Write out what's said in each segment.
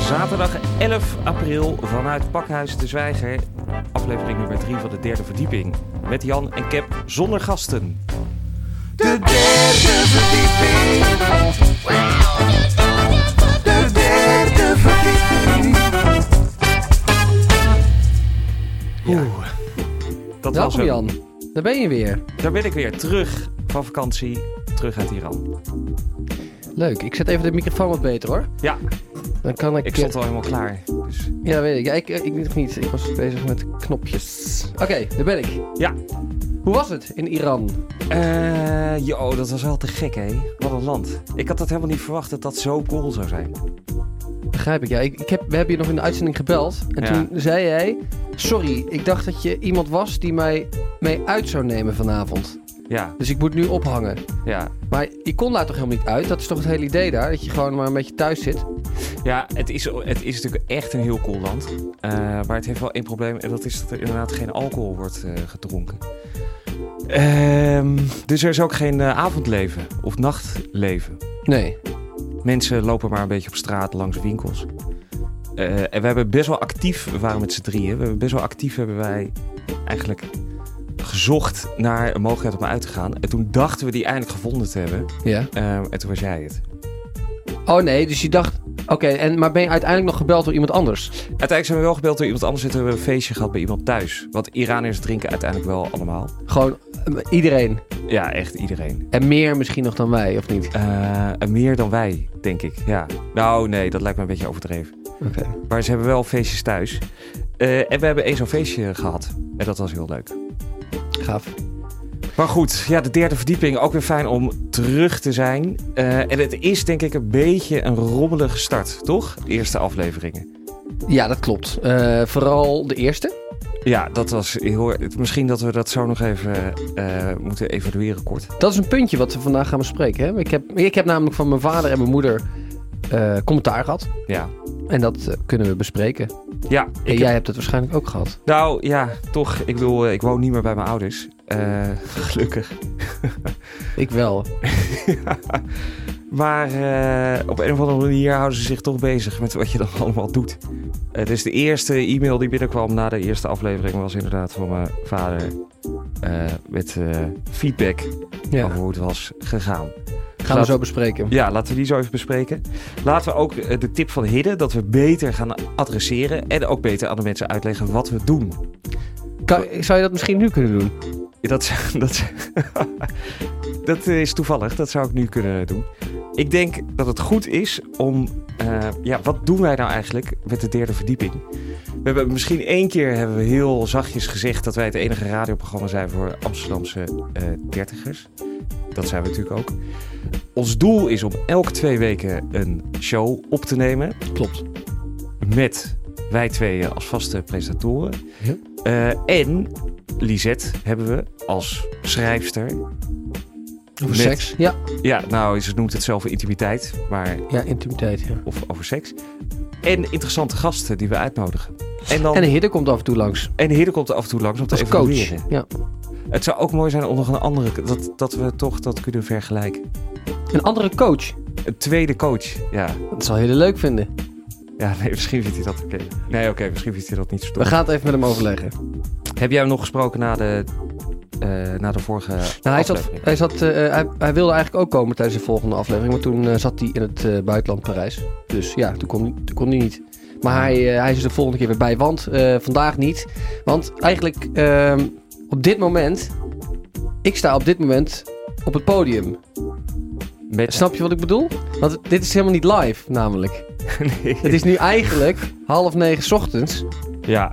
Zaterdag 11 april vanuit Pakhuis de Zwijger. Aflevering nummer 3 van de derde verdieping. Met Jan en Cap zonder gasten. De derde verdieping. De derde verdieping. Ja. Dat was Welkom hem. Jan, daar ben je weer. Daar ben ik weer terug van vakantie. Terug uit Iran. Leuk, ik zet even de microfoon wat beter hoor. Ja, Dan kan ik... ik stond al helemaal klaar. Dus... Ja, weet ik. Ja, ik nog niet. Ik was bezig met knopjes. Oké, daar ben ik. Ja. Hoe was het in Iran? Dat was wel te gek, hè? Wat een land. Ik had dat helemaal niet verwacht dat dat zo cool zou zijn. Begrijp ik, ja. We hebben je nog in de uitzending gebeld. En Ja. toen zei jij... Sorry, ik dacht dat je iemand was die mij mee uit zou nemen vanavond. Ja, Dus ik moet nu ophangen. ja. Maar je kon daar toch helemaal niet uit? Dat is toch het hele idee daar? Dat je gewoon maar een beetje thuis zit? Ja, het is natuurlijk echt een heel cool land. Maar het heeft wel één probleem. En dat is dat er inderdaad geen alcohol wordt gedronken. Dus er is ook geen avondleven of nachtleven. Nee. Mensen lopen maar een beetje op straat langs winkels. En we hebben best wel actief, we waren met z'n drieën. Hebben wij eigenlijk gezocht naar een mogelijkheid om uit te gaan. En toen dachten we die eindelijk gevonden te hebben. Ja. En toen was jij het. Oh nee, dus je dacht... Oké, maar ben je uiteindelijk nog gebeld door iemand anders? Uiteindelijk zijn we wel gebeld door iemand anders. En toen hebben we een feestje gehad bij iemand thuis. Want Iraniërs drinken uiteindelijk wel allemaal. Gewoon iedereen. Ja, echt iedereen. En meer misschien nog dan wij, of niet? En meer dan wij, denk ik. Ja. Nou, nee, dat lijkt me een beetje overdreven. Oké. Maar ze hebben wel feestjes thuis. En we hebben één zo'n feestje gehad. En dat was heel leuk. Gaaf. Maar goed, ja, de derde verdieping. Ook weer fijn om terug te zijn. En het is denk ik een beetje een rommelige start, toch? De eerste afleveringen. Ja, dat klopt. Vooral de eerste. Ja, dat was heel... Misschien dat we dat zo nog even moeten evalueren kort. Dat is een puntje wat we vandaag gaan bespreken. Hè? Ik heb namelijk van mijn vader en mijn moeder commentaar gehad. Ja. En dat kunnen we bespreken. Ja, En jij hebt het waarschijnlijk ook gehad. Nou ja, toch. Ik bedoel, ik woon niet meer bij mijn ouders. Gelukkig. Ik wel. Maar op een of andere manier houden ze zich toch bezig met wat je dan allemaal doet. Dus de eerste e-mail die binnenkwam na de eerste aflevering was inderdaad van mijn vader met feedback over hoe het was gegaan. Gaan we zo bespreken. Ja, laten we die zo even bespreken. Laten we ook de tip van Hidde, dat we beter gaan adresseren en ook beter aan de mensen uitleggen wat we doen. Zou je dat misschien nu kunnen doen? Dat is toevallig, dat zou ik nu kunnen doen. Ik denk dat het goed is om... wat doen wij nou eigenlijk met de derde verdieping? We hebben misschien één keer hebben we heel zachtjes gezegd dat wij het enige radioprogramma zijn voor Amsterdamse dertigers. Dat zijn we natuurlijk ook. Ons doel is om elke 2 weken een show op te nemen. Klopt. Met wij tweeën als vaste presentatoren. Ja. En Lisette hebben we als schrijfster. Over seks? Ja. Ja, nou, ze noemt het zelf intimiteit. Maar, Ja, intimiteit. Ja. of over seks. En interessante gasten die we uitnodigen. En En de Hidde komt af en toe langs. En Hidde komt er af en toe langs om te Als coach. evalueren. Ja. Het zou ook mooi zijn om nog een andere... Dat we toch dat kunnen vergelijken. Een andere coach. Een tweede coach, ja. Dat zal Hidde leuk vinden. Ja, nee, misschien vindt hij dat oké. Nee, oké, misschien vindt hij dat niet zo tof. We gaan het even met hem overleggen. Heb jij hem nog gesproken na de vorige aflevering? Hij wilde eigenlijk ook komen tijdens de volgende aflevering. Maar toen zat hij in het buitenland Parijs. Dus ja, toen kon hij niet. Maar hij is er de volgende keer weer bij. Want vandaag niet. Want eigenlijk op dit moment... Ik sta op dit moment op het podium. Snap je wat ik bedoel? Want dit is helemaal niet live, namelijk. Nee. Het is nu eigenlijk 8:30 ochtends. Ja.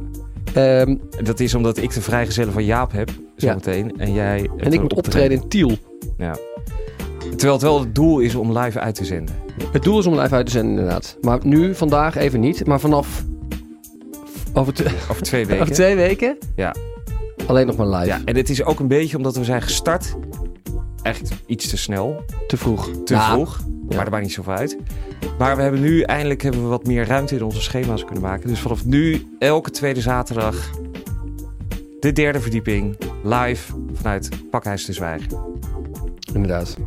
Dat is omdat ik de vrijgezellen van Jaap heb, zometeen. En jij... En ik moet optreden in Tiel. Ja. Terwijl het wel het doel is om live uit te zenden. Het doel is om live uit te zenden, inderdaad. Maar nu, vandaag even niet. Maar vanaf... Over 2 weken. Over 2 weken? Ja. Alleen nog maar live. Ja, en het is ook een beetje omdat we zijn gestart. Echt iets te snel. Te vroeg. Te vroeg. Ja. Maar daar maakt niet zoveel uit. Maar we hebben nu eindelijk wat meer ruimte in onze schema's kunnen maken. Dus vanaf nu, elke tweede zaterdag... de derde verdieping. Live vanuit Pakhuis de Zwijger. Inderdaad.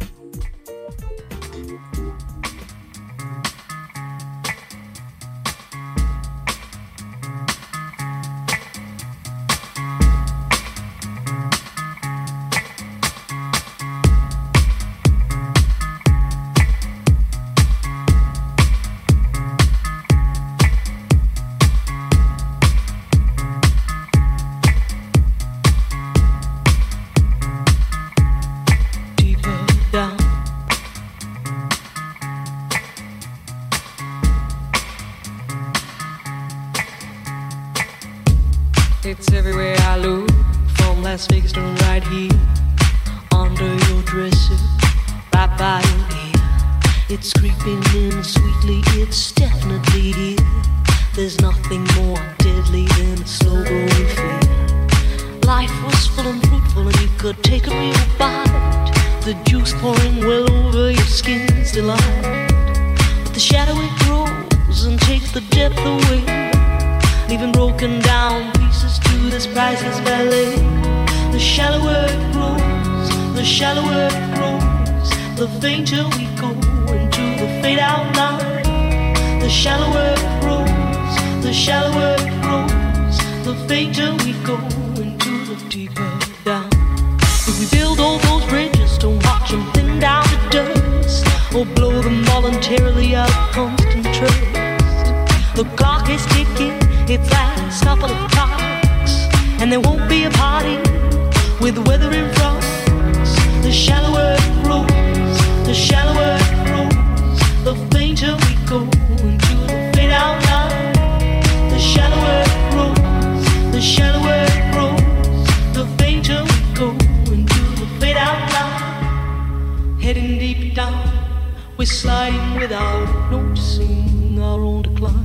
It's everywhere I look, from Las Vegas to right here, under your dresser, right by your ear. It's creeping in sweetly, it's definitely here. There's nothing more deadly than a slow-growing fear. Life was full and fruitful and you could take a real bite. The juice pouring well over your skin's delight. But the shadow it grows and takes the depth away, leaving broken down pieces to this priceless ballet. The shallower it grows, the shallower it grows, the fainter we go into the fade out line. The shallower it grows, the shallower it grows, the fainter we go into the deeper down. If we build all those bridges, don't watch them thin down to dust, or blow them voluntarily out of constant trust. The clock is ticking, its last couple of clocks, and there won't be a party with the weather in front. The shallower it grows, the shallower it grows, the fainter we go into the fade out line. The shallower it grows, the shallower it grows, the fainter we go into the fade out line. Heading deep down, we're sliding without noticing our own decline.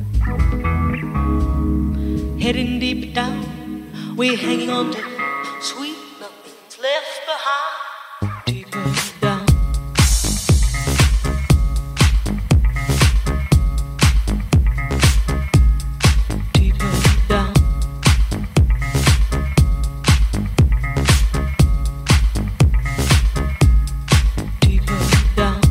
Heading deep down, we're hanging on to sweet nothing's left behind. Deeper down. Deeper down. Deeper down.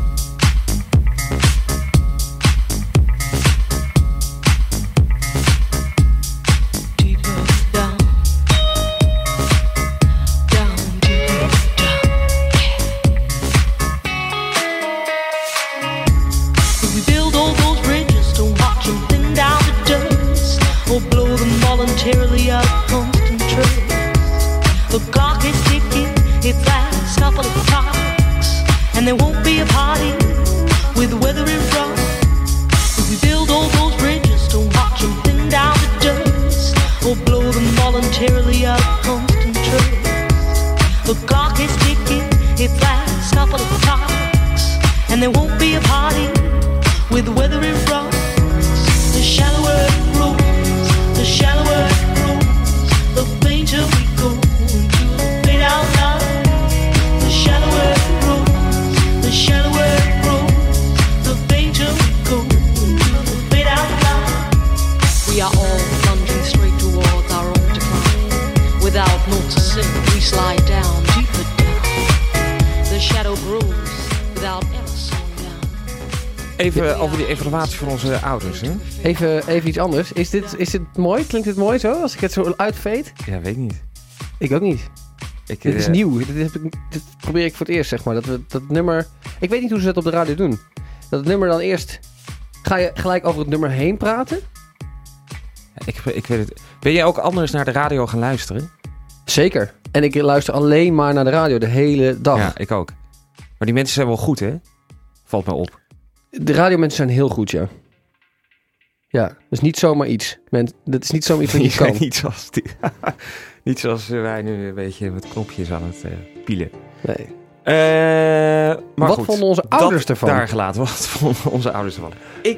Voluntarily out of constant trust. The clock is ticking, its last couple of clocks, and there won't be a party with the weather in front. If we build all those bridges, don't watch them thin down to dust, or blow them voluntarily out of constant trust. The clock is ticking, its last couple of clocks, and there won't be a party with the weather in front. The shallower it grows, the shallower it grows, the fainter we go into the fade out line. The shallower it grows, the shallower it grows, the fainter we go into the fade out line. We are all plunging straight towards our own decline. Without noticing, we slide down, deeper down. The shadow grows without ever slowing down. Even over die evaluatie van onze ouders, hè? Even iets anders. Is dit mooi? Klinkt dit mooi zo, als ik het zo uitveed? Ja, weet niet. Ik ook niet. Dit is nieuw. Dit probeer ik voor het eerst, zeg maar. Dat nummer... Ik weet niet hoe ze dat op de radio doen. Dat het nummer dan eerst... Ga je gelijk over het nummer heen praten? Ik weet het. Ben jij ook anders naar de radio gaan luisteren? Zeker. En ik luister alleen maar naar de radio de hele dag. Ja, ik ook. Maar die mensen zijn wel goed, hè? Valt me op. De radiomensen zijn heel goed, ja. Ja, dat is niet zomaar iets. Dat is niet zomaar iets wat je kan. Niet zoals wij nu een beetje met knopjes aan het pielen. Nee. Maar wat goed, vonden onze ouders ervan? Daar gelaten. Wat vonden onze ouders ervan?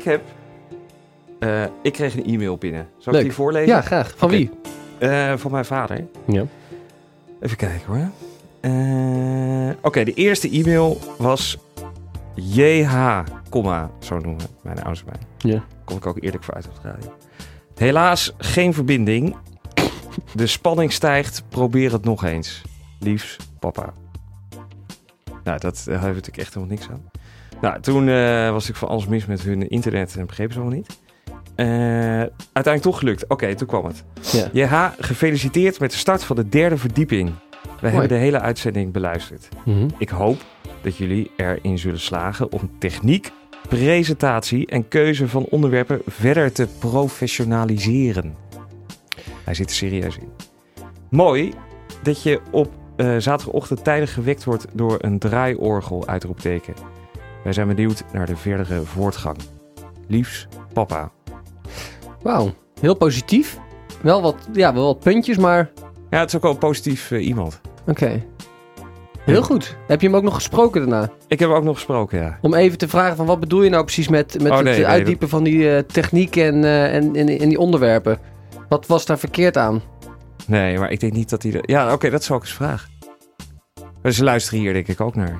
Ik kreeg een e-mail binnen. Zal ik die voorlezen? Ja, graag. Van wie? Van mijn vader. Ja. Even kijken hoor. Oké, de eerste e-mail was JH, zo noemen mijn ouders mij. Ja. Kom ik ook eerlijk voor uit op de radio. Helaas geen verbinding. De spanning stijgt. Probeer het nog eens. Liefs, papa. Nou, daar heeft natuurlijk echt helemaal niks aan. Nou, toen was ik van alles mis met hun internet en begrepen ze allemaal niet. Uiteindelijk toch gelukt. Oké, toen kwam het. Ja. JH, gefeliciteerd met de start van de 3e verdieping. Wij hebben de hele uitzending beluisterd. Mm-hmm. Ik hoop dat jullie erin zullen slagen om techniek, presentatie en keuze van onderwerpen verder te professionaliseren. Hij zit er serieus in. Mooi dat je op zaterdagochtend tijdig gewekt wordt door een draaiorgel, uitroepteken. Wij zijn benieuwd naar de verdere voortgang. Liefs, papa. Wauw, heel positief. Wel wat puntjes, maar... Ja, het is ook wel een positief iemand. Oké. Heel goed. Heb je hem ook nog gesproken daarna? Ik heb hem ook nog gesproken, ja. Om even te vragen van wat bedoel je nou precies met het uitdiepen van die techniek en die onderwerpen? Wat was daar verkeerd aan? Nee, maar ik denk niet dat hij... Ja, oké, dat is ook eens vraag. Maar ze luisteren hier denk ik ook naar.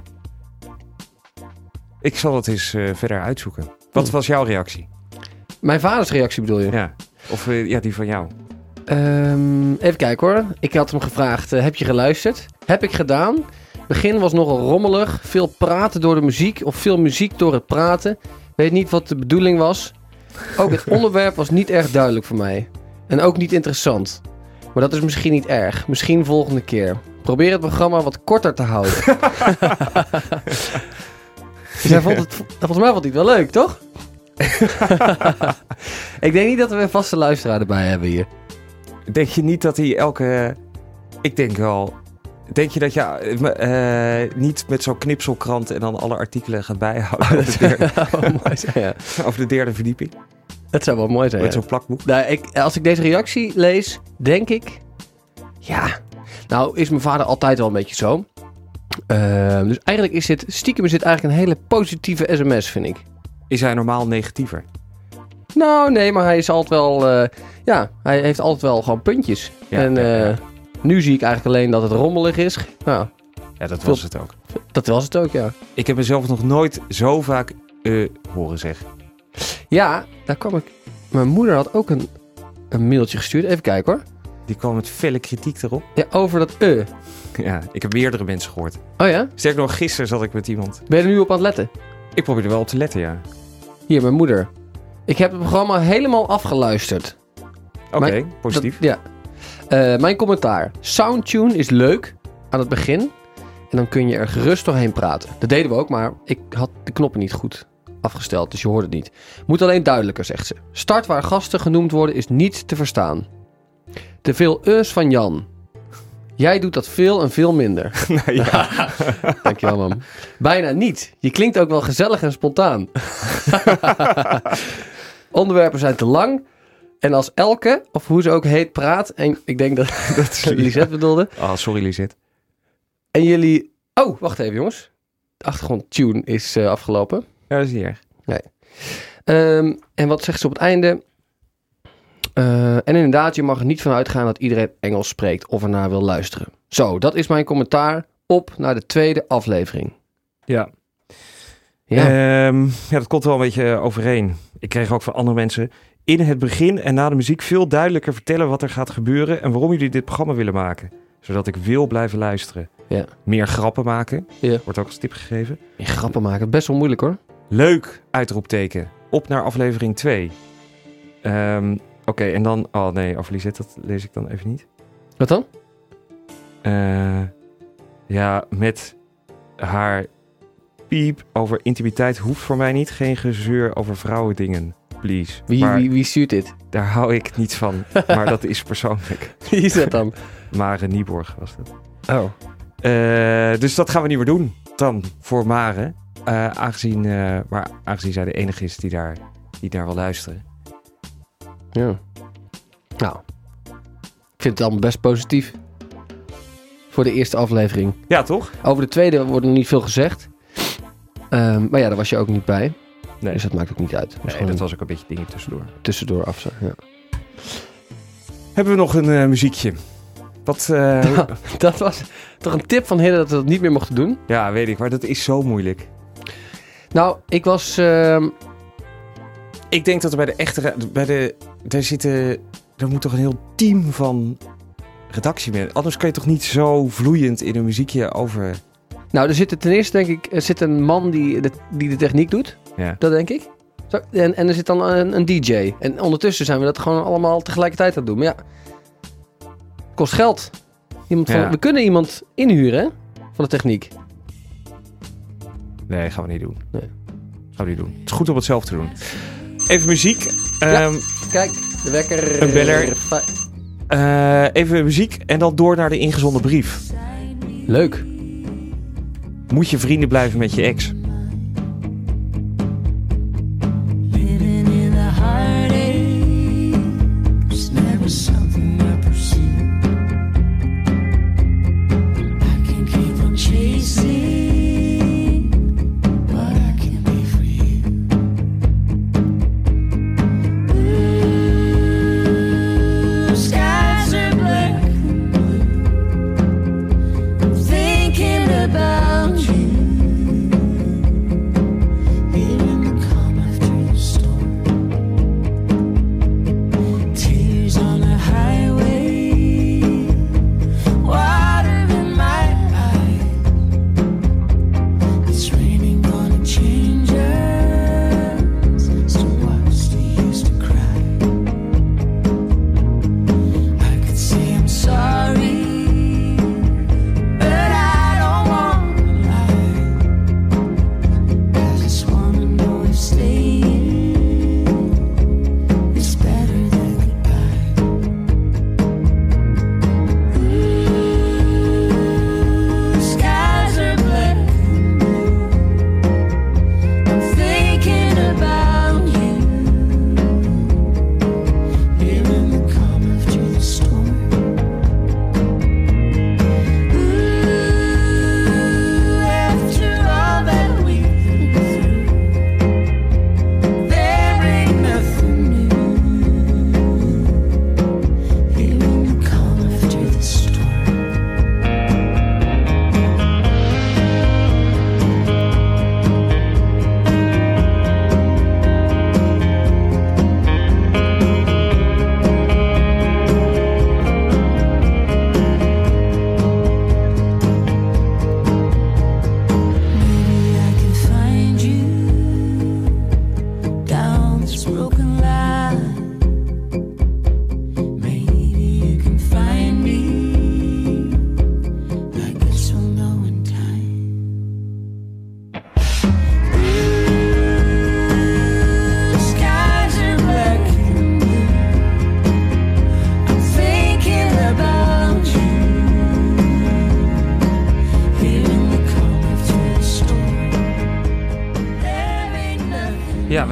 Ik zal het eens verder uitzoeken. Wat was jouw reactie? Mijn vaders reactie bedoel je? Ja. Of die van jou? Even kijken hoor. Ik had hem gevraagd, heb je geluisterd? Heb ik gedaan. Begin was nogal rommelig. Veel praten door de muziek of veel muziek door het praten. Weet niet wat de bedoeling was. Ook het onderwerp was niet erg duidelijk voor mij. En ook niet interessant. Maar dat is misschien niet erg. Misschien volgende keer. Probeer het programma wat korter te houden. Dus volgens mij vond hij het wel leuk, toch? Ik denk niet dat we een vaste luisteraar erbij hebben hier. Denk je niet dat hij elke... Ik denk wel... Denk je dat je niet met zo'n knipselkrant en dan alle artikelen gaat bijhouden over de derde verdieping? Dat zou wel mooi zijn. Met zo'n plakboek? Nou, als ik deze reactie lees, denk ik... Ja, nou is mijn vader altijd wel een beetje zo. Dus eigenlijk is dit eigenlijk een hele positieve sms, vind ik. Is hij normaal negatiever? Nou, nee, maar hij is altijd wel... hij heeft altijd wel gewoon puntjes. Ja, en nu zie ik eigenlijk alleen dat het rommelig is. Nou, ja, dat was het ook. Dat was het ook, ja. Ik heb mezelf nog nooit zo vaak horen zeggen. Ja, daar kwam ik... Mijn moeder had ook een mailtje gestuurd. Even kijken hoor. Die kwam met felle kritiek erop. Ja, over dat Ja, ik heb meerdere mensen gehoord. Oh ja? Sterker nog, gisteren zat ik met iemand. Ben je er nu op aan het letten? Ik probeer er wel op te letten, ja. Hier, mijn moeder. Ik heb het programma helemaal afgeluisterd. Oké, positief. Mijn commentaar. Soundtune is leuk aan het begin. En dan kun je er gerust doorheen praten. Dat deden we ook, maar ik had de knoppen niet goed afgesteld. Dus je hoort het niet. Moet alleen duidelijker, zegt ze. Start waar gasten genoemd worden is niet te verstaan. Te veel van Jan. Jij doet dat veel en veel minder. Nou ja. Dankjewel, mam. Bijna niet. Je klinkt ook wel gezellig en spontaan. Onderwerpen zijn te lang. En als Elke, of hoe ze ook heet, praat... En ik denk dat Lisette bedoelde. Oh, sorry Lisette. En jullie... Oh, wacht even jongens. De achtergrondtune is afgelopen. Ja, dat is niet erg. Nee. En wat zegt ze op het einde? En inderdaad, je mag er niet van uitgaan dat iedereen Engels spreekt of ernaar wil luisteren. Zo, dat is mijn commentaar op naar de tweede aflevering. Ja. Ja. Dat komt wel een beetje overeen. Ik kreeg ook van andere mensen in het begin en na de muziek veel duidelijker vertellen wat er gaat gebeuren en waarom jullie dit programma willen maken. Zodat ik wil blijven luisteren. Ja. Meer grappen maken. Ja. Wordt ook als tip gegeven. Meer grappen maken, best wel moeilijk hoor. Leuk, uitroepteken. Op naar aflevering 2. Oké, en dan... Oh nee, over Lisette, dat lees ik dan even niet. Wat dan? Ja, met haar piep over intimiteit hoeft voor mij niet. Geen gezeur over vrouwendingen, please. Wie stuurt dit? Daar hou ik niet van, maar dat is persoonlijk. Wie is dat dan? Mare Nieborg was dat. Oh. Dus dat gaan we niet meer doen dan voor Mare. Aangezien zij de enige is die daar wil luisteren. Ja. Nou, ik vind het allemaal best positief. Voor de eerste aflevering. Ja, toch? Over de tweede wordt er niet veel gezegd. Maar ja, daar was je ook niet bij. Nee. Dus dat maakt ook niet uit. Nee, dat was ook een beetje dingen tussendoor. Tussendoor af, ja. Hebben we nog een muziekje? Dat was toch een tip van Hidde dat we dat niet meer mochten doen? Ja, weet ik, maar dat is zo moeilijk. Nou, ik was... Ik denk dat er er moet toch een heel team van redactiemensen. Anders kan je toch niet zo vloeiend in een muziekje over... Nou, er zit ten eerste, denk ik, een man die de techniek doet. Ja. Dat denk ik. Zo, en er zit dan een DJ. En ondertussen zijn we dat gewoon allemaal tegelijkertijd aan het doen. Maar ja, het kost geld. We kunnen iemand inhuren, hè, van de techniek. Nee, gaan we niet doen. Nee. Gaan we niet doen. Het is goed om het zelf te doen. Even muziek. Ja, kijk, de wekker. Een beller. Even muziek en dan door naar de ingezonden brief. Leuk. Moet je vrienden blijven met je ex? Living in the heartache. There's never something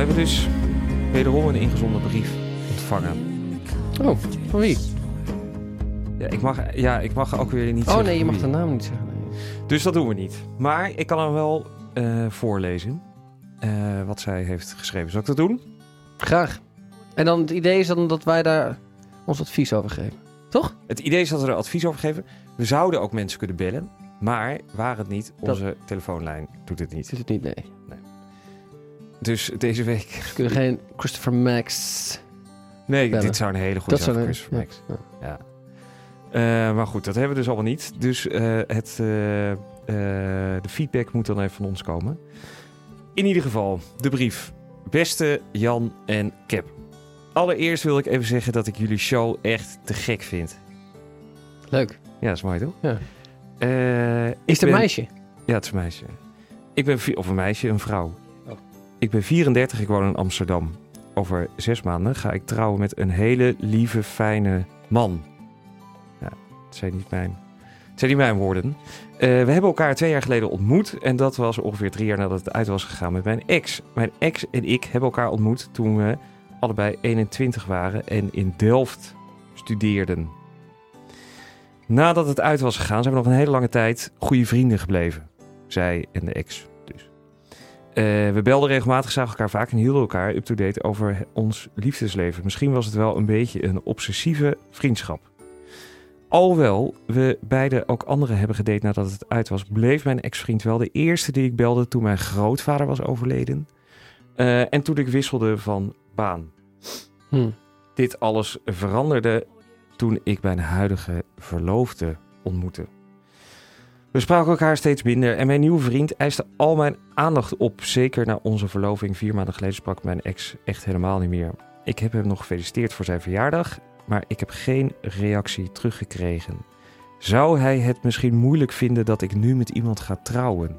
hebben dus wederom een ingezonden brief ontvangen. Oh, van wie? Ik mag ook weer niet Oh zeggen nee, je van mag wie. de naam niet zeggen. Nee. Dus dat doen we niet. Maar ik kan hem wel voorlezen. Wat zij heeft geschreven. Zal ik dat doen? Graag. En dan het idee is dan dat wij daar ons advies over geven. Toch? Het idee is dat we er advies over geven. We zouden ook mensen kunnen bellen. Maar waar het niet, onze telefoonlijn doet het niet. Is het niet? Nee. Dus deze week... Ze kunnen geen Christopher Max... Nee, bellen. dit zou een hele goede zijn voor Christopher Max. Ja. Ja. Maar goed, dat hebben we dus allemaal niet. Dus de feedback moet dan even van ons komen. In ieder geval, de brief. Beste Jan en Cap. Allereerst wil ik even zeggen dat ik jullie show echt te gek vind. Leuk. Ja, dat is mooi toch? Ja. Is het een meisje? Ja, het is een meisje. Of een meisje, een vrouw. Oh. Ik ben 34, ik woon in Amsterdam. Over 6 maanden ga ik trouwen met een hele lieve, fijne man. Ja, het zijn niet mijn woorden. We hebben elkaar 2 jaar geleden ontmoet. En dat was ongeveer 3 jaar nadat het uit was gegaan met mijn ex. Mijn ex en ik hebben elkaar ontmoet toen we allebei 21 waren en in Delft studeerden. Nadat het uit was gegaan zijn we nog een hele lange tijd goede vrienden gebleven. Zij en de ex dus. We belden regelmatig, zagen elkaar vaak en hielden elkaar up-to-date over ons liefdesleven. Misschien was het wel een beetje een obsessieve vriendschap. Alhoewel we beide ook anderen hebben gedate nadat het uit was, bleef mijn ex-vriend wel de eerste die ik belde toen mijn grootvader was overleden. En toen ik wisselde van baan. Dit alles veranderde toen ik mijn huidige verloofde ontmoette. We spraken elkaar steeds minder en mijn nieuwe vriend eiste al mijn aandacht op. Zeker na onze verloving 4 maanden geleden sprak mijn ex echt helemaal niet meer. Ik heb hem nog gefeliciteerd voor zijn verjaardag, maar ik heb geen reactie teruggekregen. Zou hij het misschien moeilijk vinden dat ik nu met iemand ga trouwen?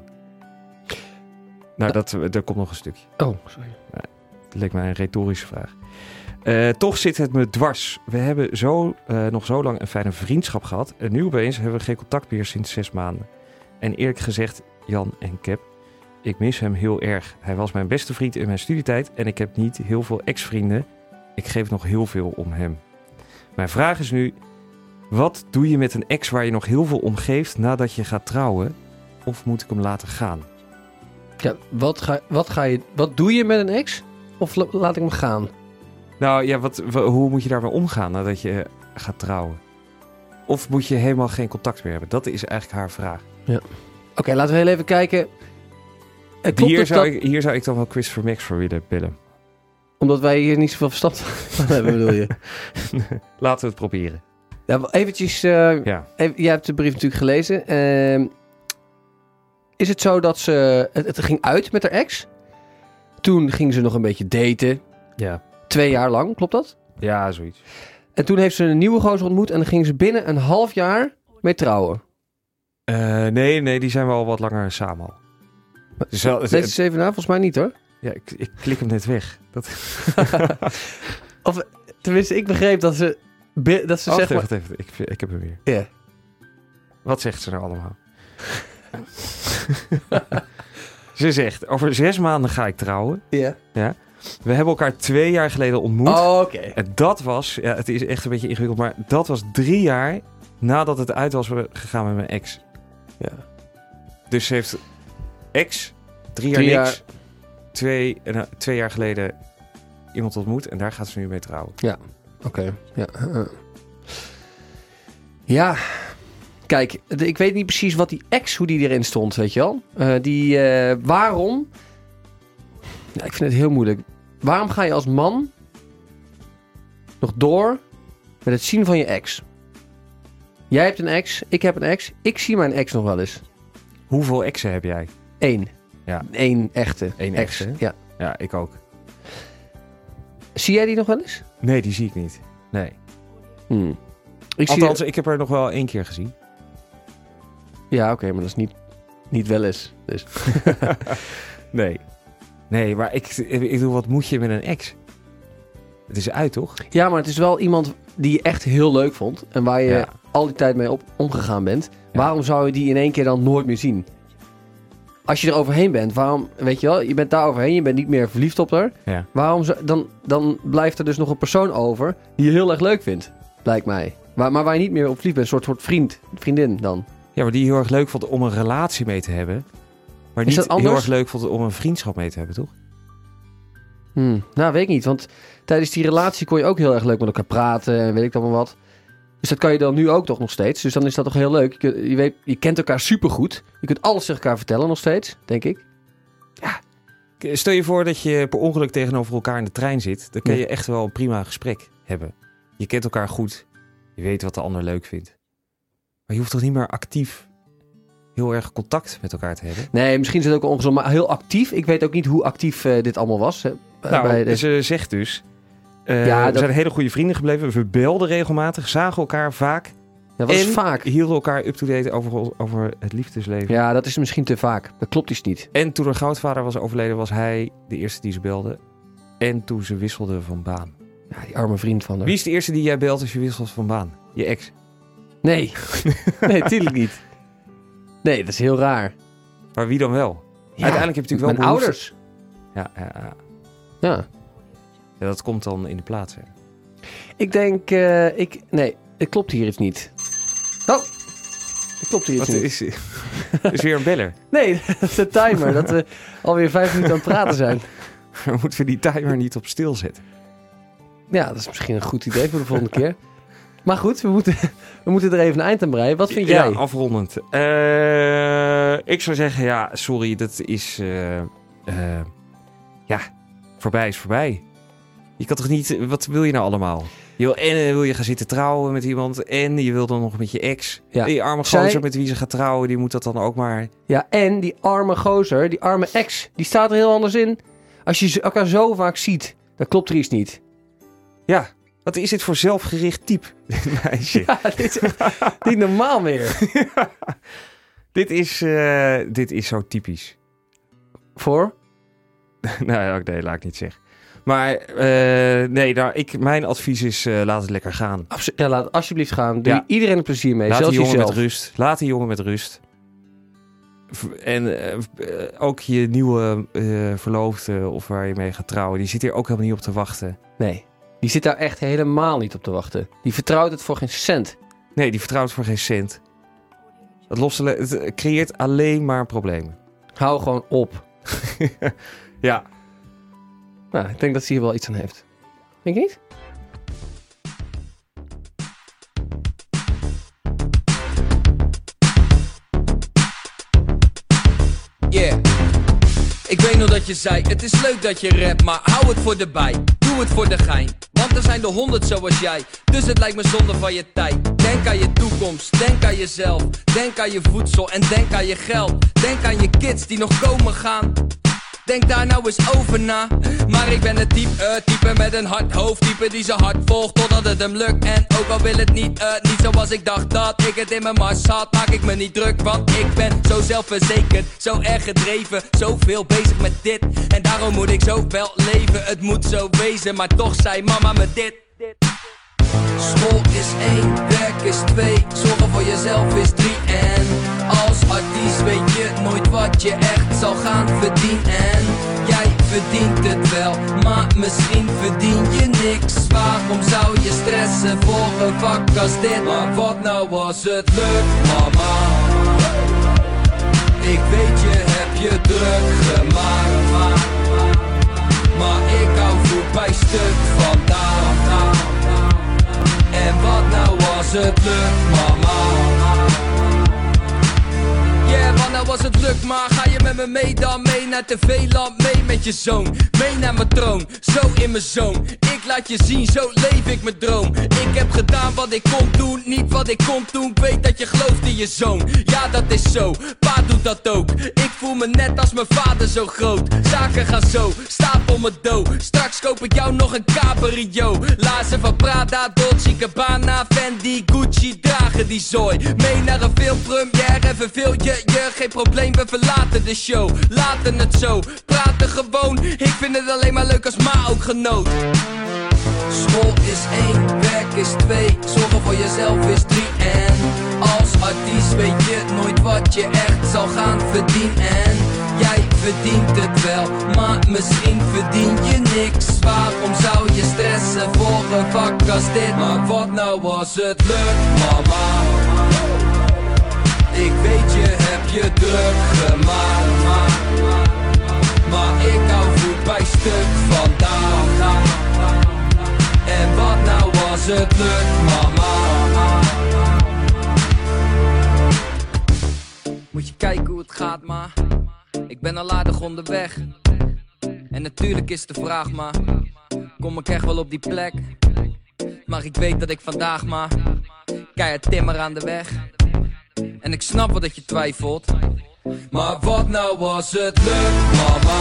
Nou, er komt nog een stukje. Oh, sorry. Dat leek mij een retorische vraag. Toch zit het me dwars. We hebben nog zo lang een fijne vriendschap gehad. En nu opeens hebben we geen contact meer sinds 6 maanden. En eerlijk gezegd, Jan en Cap, ik mis hem heel erg. Hij was mijn beste vriend in mijn studietijd en ik heb niet heel veel ex-vrienden. Ik geef nog heel veel om hem. Mijn vraag is nu, wat doe je met een ex waar je nog heel veel om geeft nadat je gaat trouwen? Of moet ik hem laten gaan? Ja, wat doe je met een ex? Of laat ik hem gaan? Nou ja, hoe moet je daarmee omgaan nadat je gaat trouwen? Of moet je helemaal geen contact meer hebben? Dat is eigenlijk haar vraag. Ja. Oké, laten we heel even kijken. Hier zou ik dan wel Christopher Max voor willen bellen. Omdat wij hier niet zoveel verstand van hebben, bedoel je? Laten we het proberen. Ja, eventjes... Ja. Jij hebt de brief natuurlijk gelezen. Is het zo dat ze... Het ging uit met haar ex. Toen ging ze nog een beetje daten. Ja. 2 jaar lang, klopt dat? Ja, zoiets. En toen heeft ze een nieuwe gozer ontmoet. En dan ging ze binnen een half jaar mee trouwen. Nee, die zijn wel wat langer samen al. Dus Lees eens even na, volgens mij niet hoor. Ja, ik klik hem net weg. Of tenminste, ik begreep dat ze zeg maar... Wacht even. Ik heb hem weer. Ja. Wat zegt ze nou allemaal? Ze zegt, over 6 maanden ga ik trouwen. Ja. Ja. We hebben elkaar 2 jaar geleden ontmoet. Oh, oké. En dat was, ja, het is echt een beetje ingewikkeld, maar dat was 3 jaar nadat het uit was gegaan met mijn ex. Ja. Dus ze heeft ex, 3 jaar 3 niks, 2 jaar geleden iemand ontmoet en daar gaat ze nu mee trouwen. Ja, oké. Ja. Ja, kijk, ik weet niet precies wat die ex, hoe die erin stond, weet je wel. Waarom? Ja, ik vind het heel moeilijk. Waarom ga je als man nog door met het zien van je ex? Jij hebt een ex, ik heb een ex. Ik zie mijn ex nog wel eens. Hoeveel exen heb jij? 1. Ja. 1 echte Eén ex. echte? Ja. Ja, ik ook. Zie jij die nog wel eens? Nee, die zie ik niet. Nee. Althans, Ik heb haar nog wel 1 keer gezien. Ja, oké, maar dat is niet wel eens. Dus. Nee. Nee, maar ik bedoel, wat moet je met een ex? Het is uit, toch? Ja, maar het is wel iemand die je echt heel leuk vond. En waar je Ja. al die tijd mee omgegaan bent. Ja. Waarom zou je die in één keer dan nooit meer zien? als je er overheen bent, waarom, weet je wel, je bent daar overheen, je bent niet meer verliefd op haar. Ja. Waarom dan blijft er dus nog een persoon over die je heel erg leuk vindt, lijkt mij. Maar waar je niet meer op verliefd bent, een soort vriendin dan. Ja, maar die heel erg leuk vond om een relatie mee te hebben. Maar Is niet dat anders? heel erg leuk vond om een vriendschap mee te hebben, toch? Nou, weet ik niet, want tijdens die relatie kon je ook heel erg leuk met elkaar praten en weet ik dan wel wat. Dus dat kan je dan nu ook toch nog steeds. Dus dan is dat toch heel leuk. Je kent elkaar supergoed. Je kunt alles tegen elkaar vertellen nog steeds, denk ik. Stel je voor dat je per ongeluk tegenover elkaar in de trein zit. Dan kun Ja. je echt wel een prima gesprek hebben. Je kent elkaar goed. Je weet wat de ander leuk vindt. Maar je hoeft toch niet meer actief heel erg contact met elkaar te hebben? Nee, misschien is het ook ongezond, maar heel actief. Ik weet ook niet hoe actief dit allemaal was. Hè, bij de... Ze zegt dus... Ja, we dat- zijn hele goede vrienden gebleven. We belden regelmatig, zagen elkaar vaak. Dat was en vaak. hielden elkaar up-to-date over het liefdesleven. Ja, dat is misschien te vaak. Dat klopt iets niet. En toen haar grootvader was overleden, was hij de eerste die ze belde. En toen ze wisselden van baan. Ja, die arme vriend van haar. Wie is de eerste die jij belt als je wisselt van baan? Je ex. Nee. Nee, tuurlijk niet. Nee, dat is heel raar. Maar wie dan wel? Ja, Uiteindelijk heb je natuurlijk wel mijn behoefte- ouders. Ja. Ja. Ja, dat komt dan in de plaats. Hè. Ik denk... Nee, het klopt hier iets niet. Oh! Het klopt hier iets Wat niet. is weer een beller. Nee, dat is de timer. Dat we alweer 5 minuten aan het praten zijn. Moeten we die timer niet op stil zetten? Ja, dat is misschien een goed idee voor de volgende keer. Maar goed, we moeten er even een eind aan breien. Wat vind jij? Ja, afrondend. Ik zou zeggen, ja, sorry, dat is... voorbij is voorbij. Je kan toch niet... Wat wil je nou allemaal? Wil je gaan zitten trouwen met iemand en je wil dan nog met je ex. Ja. Die arme Zij- gozer met wie ze gaat trouwen, die moet dat dan ook maar... Ja, en die arme gozer, die arme ex, die staat er heel anders in. Als je elkaar zo vaak ziet, dan klopt er iets niet. Ja, wat is dit voor zelfgericht type, dit meisje? Ja, dit is echt niet normaal meer. Dit is zo typisch. Voor? Nee, laat ik niet zeggen. Maar mijn advies is laat het lekker gaan. Ja, laat alsjeblieft gaan. Doe Ja. iedereen een plezier mee, Laat die zelfs jongen jezelf. met rust. Laat die jongen met rust. En ook je nieuwe verloofde of waar je mee gaat trouwen, die zit hier ook helemaal niet op te wachten. Nee, die zit daar echt helemaal niet op te wachten. Die vertrouwt het voor geen cent. Nee, die vertrouwt voor geen cent. Het creëert alleen maar problemen. Hou gewoon op. Ja. Nou, ik denk dat ze hier wel iets aan heeft. Denk je niet? Yeah. Ik weet nog dat je zei, het is leuk dat je rapt, maar hou het voor de bij. Doe het voor de gein, want er zijn er 100 zoals jij. Dus het lijkt me zonde van je tijd. Denk aan je toekomst, denk aan jezelf. Denk aan je voedsel en denk aan je geld. Denk aan je kids die nog komen gaan. Denk daar nou eens over na. Maar ik ben het type met een hard hoofd. Type die zijn hart volgt totdat het hem lukt. En ook al wil het niet zoals ik dacht dat ik het in mijn mars had, maak ik me niet druk. Want ik ben zo zelfverzekerd, zo erg gedreven, zoveel bezig met dit. En daarom moet ik zo wel leven, het moet zo wezen. Maar toch zei mama me dit. School is 1, werk is 2, zorgen voor jezelf is 3. En als artiest weet je nooit wat je echt zal gaan verdienen. Jij verdient het wel, maar misschien verdien je niks. Waarom zou je stressen voor een vak als dit? Maar wat nou als het lukt, mama? Ik weet je hebt je druk gemaakt, maar ik hou goed bij stuk vandaag. En wat nou als het lukt, mama? Yeah, wat nou als het lukt, maar ga je met me mee dan mee naar TV-land, mee met je zoon, mee naar mijn troon, zo in mijn zoon. Ik laat je zien, zo leef ik mijn droom. Ik heb gedaan wat ik kon doen, niet wat ik kon doen. Ik weet dat je gelooft in je zoon, ja dat is zo, pa doet dat ook. Ik voel me net als mijn vader zo groot. Zaken gaan zo, stapel me dood. Straks koop ik jou nog een cabrio. Laarzen van Prada, Dolce Gabbana, Fendi, Gucci, dragen die zooi. Mee naar een filmpremière en verveel je. Geen probleem, we verlaten de show. Laten het zo, praten gewoon. Ik vind het alleen maar leuk als ma ook genoot. School is 1, werk is 2, zorgen voor jezelf is 3. En als artiest weet je nooit wat wat je echt zal gaan verdienen. En jij verdient het wel, maar misschien verdien je niks. Waarom zou je stressen voor een vak als dit? Maar wat nou als het lukt, mama? Ik weet je hebt je druk gemaakt, maar ik hou voet bij stuk vandaag. En wat nou als het lukt, mama? Moet je kijken hoe het gaat, ma. Ik ben al aardig onderweg. En natuurlijk is de vraag, ma, kom ik echt wel op die plek? Maar ik weet dat ik vandaag, ma, keihard timmer aan de weg. En ik snap wel dat je twijfelt. Maar wat nou als het lukt, mama?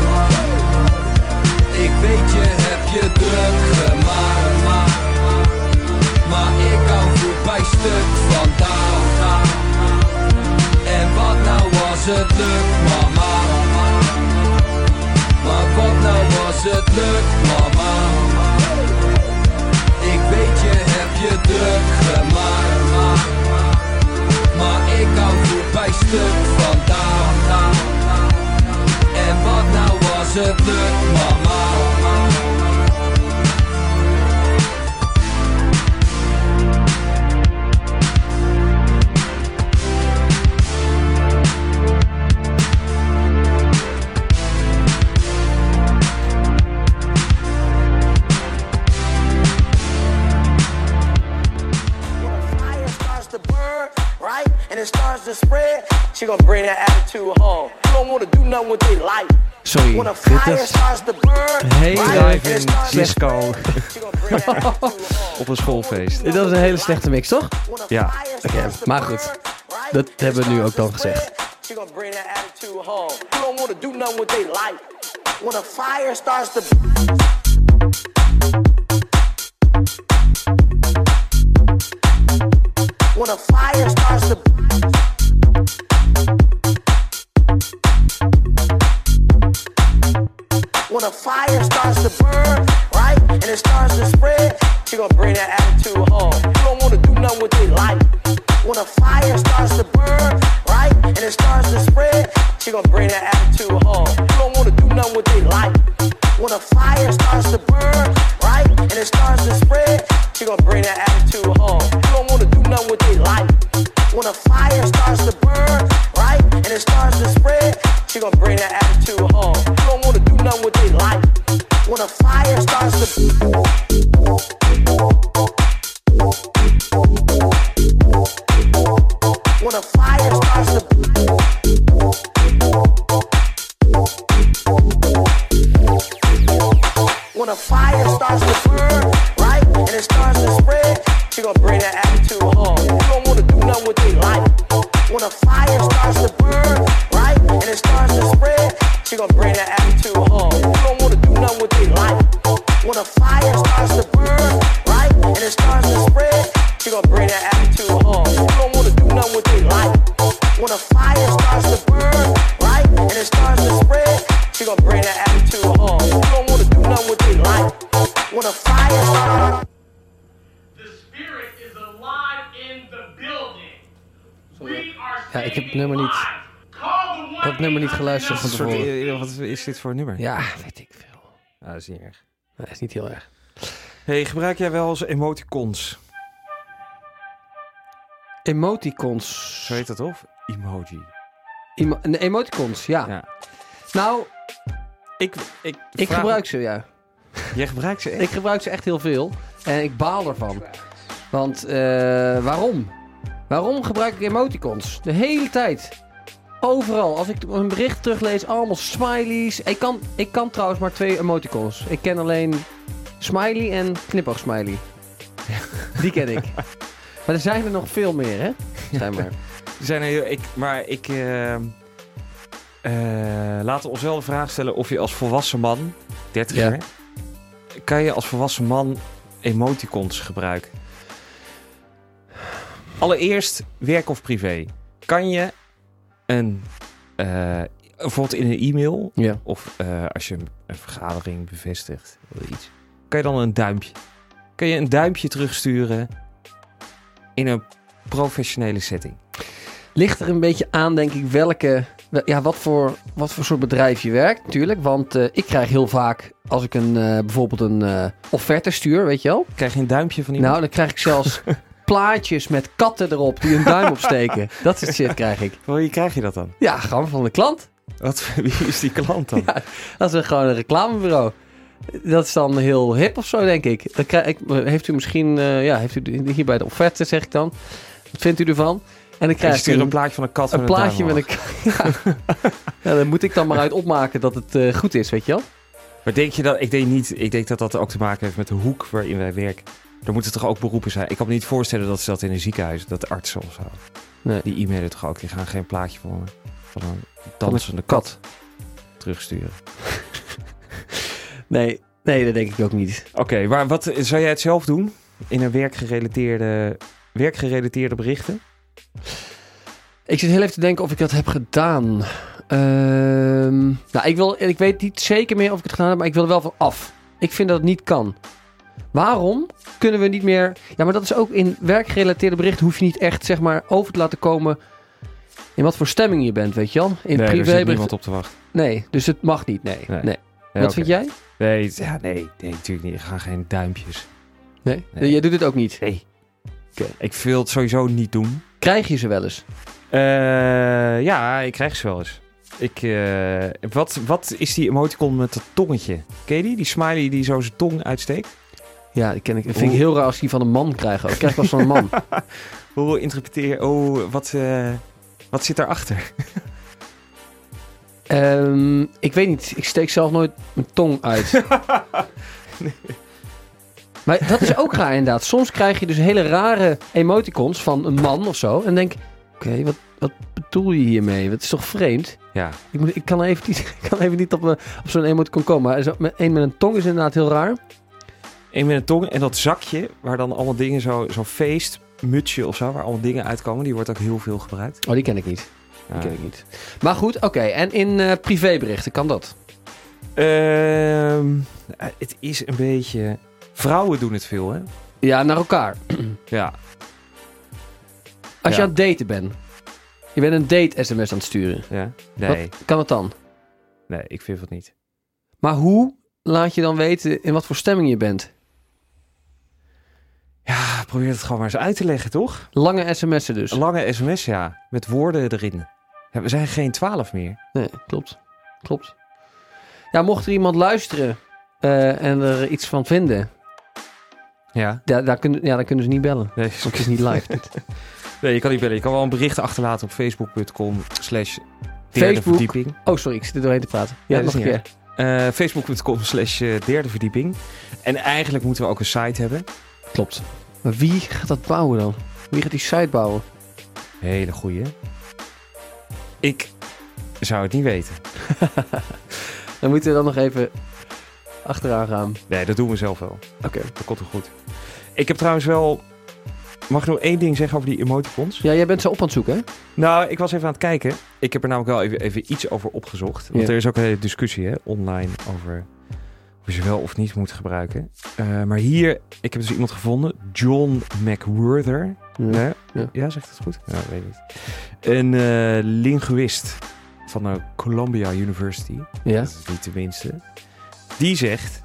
Ik weet je hebt je druk gemaakt, maar ik hou voet bij stuk vandaag. En wat nou als het lukt, mama? Maar wat nou als het lukt, mama? Ik weet je hebt je druk gemaakt, maar ik hou voet bij stuk vandaag. En wat nou als het lukt, mama? And it starts to spread, she gonna bring that attitude home. You don't wanna do nothing with their life. Sorry, When a dit fire is starts to burn, hele right? And it Live in starts to disco spread, she gonna bring that attitude home. op een schoolfeest. dit was een hele slechte mix, toch? When a Ja, fire oké, starts to maar burn, goed. right? Dat And hebben it we nu starts ook dan to gezegd. spread, she gonna bring that attitude home. You don't wanna do nothing with their life. When a fire starts to When a fire starts to When a fire starts to burn, right, and it starts to spread, she gonna bring that attitude home. You don't wanna do nothing with their life. When a fire starts to burn, right, and it starts to spread, she gonna bring that attitude home. You don't wanna do nothing with their life. When a fire starts to burn, right, and it starts to spread, she gonna bring that attitude home. You don't wanna do nothing with their life. When a fire starts to burn, right, and it starts to spread, she gonna bring that attitude home. You don't wanna do nothing with their life. When a fire starts to When a fire starts to When a fire starts to burn, right, and it starts to spread, she gonna bring that attitude home. You don't wanna do nothing with their life. When a fire starts to burn, right, and it starts to spread, she gonna bring that attitude home. You don't wanna do nothing with their life. When a fire starts to burn, right, and it starts to spread, she gonna bring that attitude home. You don't wanna do nothing with their life. When a fire starts to burn, right, and it starts to spread, she gonna bring that attitude home. You don't wanna do nothing with their life. When a fire starts The spirit is alive in the building. We are Ja, ik heb het nummer niet, Call the dat nummer niet geluisterd van Een soort, tevoren. wat is dit voor een nummer? Ja, weet ik veel. Ah, dat is niet erg. Nee, is niet heel erg. Hey, gebruik jij wel eens emoticons? Emoticons. Zo heet dat of? Emoji. Emoticons, ja. Ja. Nou, Ik ik vraag- gebruik ze, ja. Jij gebruikt ze echt? Ik gebruik ze echt heel veel. En ik baal ervan. Want waarom? Waarom gebruik ik emoticons? De hele tijd. Overal. Als ik een bericht teruglees, allemaal smileys. Ik kan trouwens maar 2 emoticons. Ik ken alleen smiley en knipoogsmiley. Die ken ik. Maar er zijn er nog veel meer, hè? Zijn maar. Er zijn er laten we ons wel de vraag stellen of je als volwassen man, 30 Ja. jaar, kan je als volwassen man emoticons gebruiken? Allereerst, werk of privé. Kan je bijvoorbeeld in een e-mail, Ja. of als je een vergadering bevestigt, of iets, kan je dan een duimpje? Kan je een duimpje terugsturen in een professionele setting? Ligt er een beetje aan, denk ik, wat voor soort bedrijf je werkt, natuurlijk. Want ik krijg heel vaak, als ik bijvoorbeeld een offerte stuur, weet je wel. Krijg je een duimpje van iemand? Nou, dan krijg ik zelfs plaatjes met katten erop die een duim opsteken. Dat soort shit krijg ik. Van wie krijg je dat dan? Ja, gewoon van de klant. Wie is die klant dan? Ja, dat is gewoon een reclamebureau. Dat is dan heel hip of zo, denk ik. Dan heeft u misschien, heeft u hier bij de offerte, zeg ik dan. Wat vindt u ervan? En dan krijg je stuurt een plaatje van een kat met een plaatje duim met een kat. Ja, dan moet ik dan maar uit opmaken dat het goed is, weet je wel? Maar denk je dat... Ik denk dat dat ook te maken heeft met de hoek waarin wij werken. Er moeten toch ook beroepen zijn? Ik kan me niet voorstellen dat ze dat in een ziekenhuis, dat artsen of zo. Nee. Die e-mailen toch ook. Die gaan geen plaatje van een dansende kat terugsturen. Nee, dat denk ik ook niet. Oké, maar wat zou jij het zelf doen? In een werkgerelateerde berichten? Ik zit heel even te denken of ik dat heb gedaan. Ik weet niet zeker meer of ik het gedaan heb, maar ik wil er wel van af. Ik vind dat het niet kan. Waarom kunnen we niet meer... Ja, maar dat is ook in werkgerelateerde berichten hoef je niet echt, zeg maar, over te laten komen in wat voor stemming je bent, weet je wel? In nee, privé er zit niemand op te wachten. Nee, dus het mag niet, nee. Wat vind jij? Nee, natuurlijk niet. Ik ga geen duimpjes. Nee? Jij doet het ook niet? Nee. Okay. Ik wil het sowieso niet doen. Krijg je ze wel eens? Ja, ik krijg ze wel eens. Wat is die emoticon met dat tongetje? Ken je die? Die smiley die zo zijn tong uitsteekt? Ja, die ken ik. Dat vind ik heel raar als die van een man krijgen. Ik krijg wel van een man. Hoe interpreteer je... Oh, wat zit daarachter? Ik weet niet. Ik steek zelf nooit mijn tong uit. Nee. Maar dat is ook raar inderdaad. Soms krijg je dus hele rare emoticons van een man of zo. En denk, oké, wat bedoel je hiermee? Dat is toch vreemd? Ja. Ik kan even niet op zo'n emoticon komen. Maar één met een tong is inderdaad heel raar. Eén met een tong en dat zakje waar dan allemaal dingen zo'n feestmutsje of zo, waar allemaal dingen uitkomen, die wordt ook heel veel gebruikt. Oh, die ken ik niet. Maar goed, oké. En in privéberichten, kan dat? Het is een beetje... Vrouwen doen het veel, hè? Ja, naar elkaar. Ja. Als je aan het daten bent. Je bent een date-sms aan het sturen. Ja. Nee. Kan het dan? Nee, ik vind het niet. Maar hoe laat je dan weten in wat voor stemming je bent? Ja, probeer het gewoon maar eens uit te leggen, toch? Lange sms'en dus. Lange sms, ja. Met woorden erin. Ja, we zijn geen 12 meer. Nee, klopt. Ja, mocht er iemand luisteren en er iets van vinden... Ja. Dan kunnen ze niet bellen. Nee, het is niet live. Nee, je kan niet bellen. Je kan wel een bericht achterlaten op facebook.com/derde verdieping. Oh, sorry, ik zit er doorheen te praten. Ja, nog een keer. Facebook.com/derde verdieping. En eigenlijk moeten we ook een site hebben. Klopt. Maar wie gaat dat bouwen dan? Wie gaat die site bouwen? Hele goeie. Ik zou het niet weten. Dan moeten we dan nog even achteraan gaan. Nee, dat doen we zelf wel. Oké. Dat komt wel goed. Ik heb trouwens wel... Mag ik nog één ding zeggen over die emoticons? Ja, jij bent ze op aan het zoeken, hè? Nou, ik was even aan het kijken. Ik heb er namelijk wel even iets over opgezocht. Want er is ook een hele discussie online over of je ze wel of niet moet gebruiken. Maar hier, ik heb dus iemand gevonden. John McWhorter. Ja, zegt het goed? Ja, weet ik niet. Een linguïst van de Columbia University. Ja. Dat is niet de minste. Die zegt...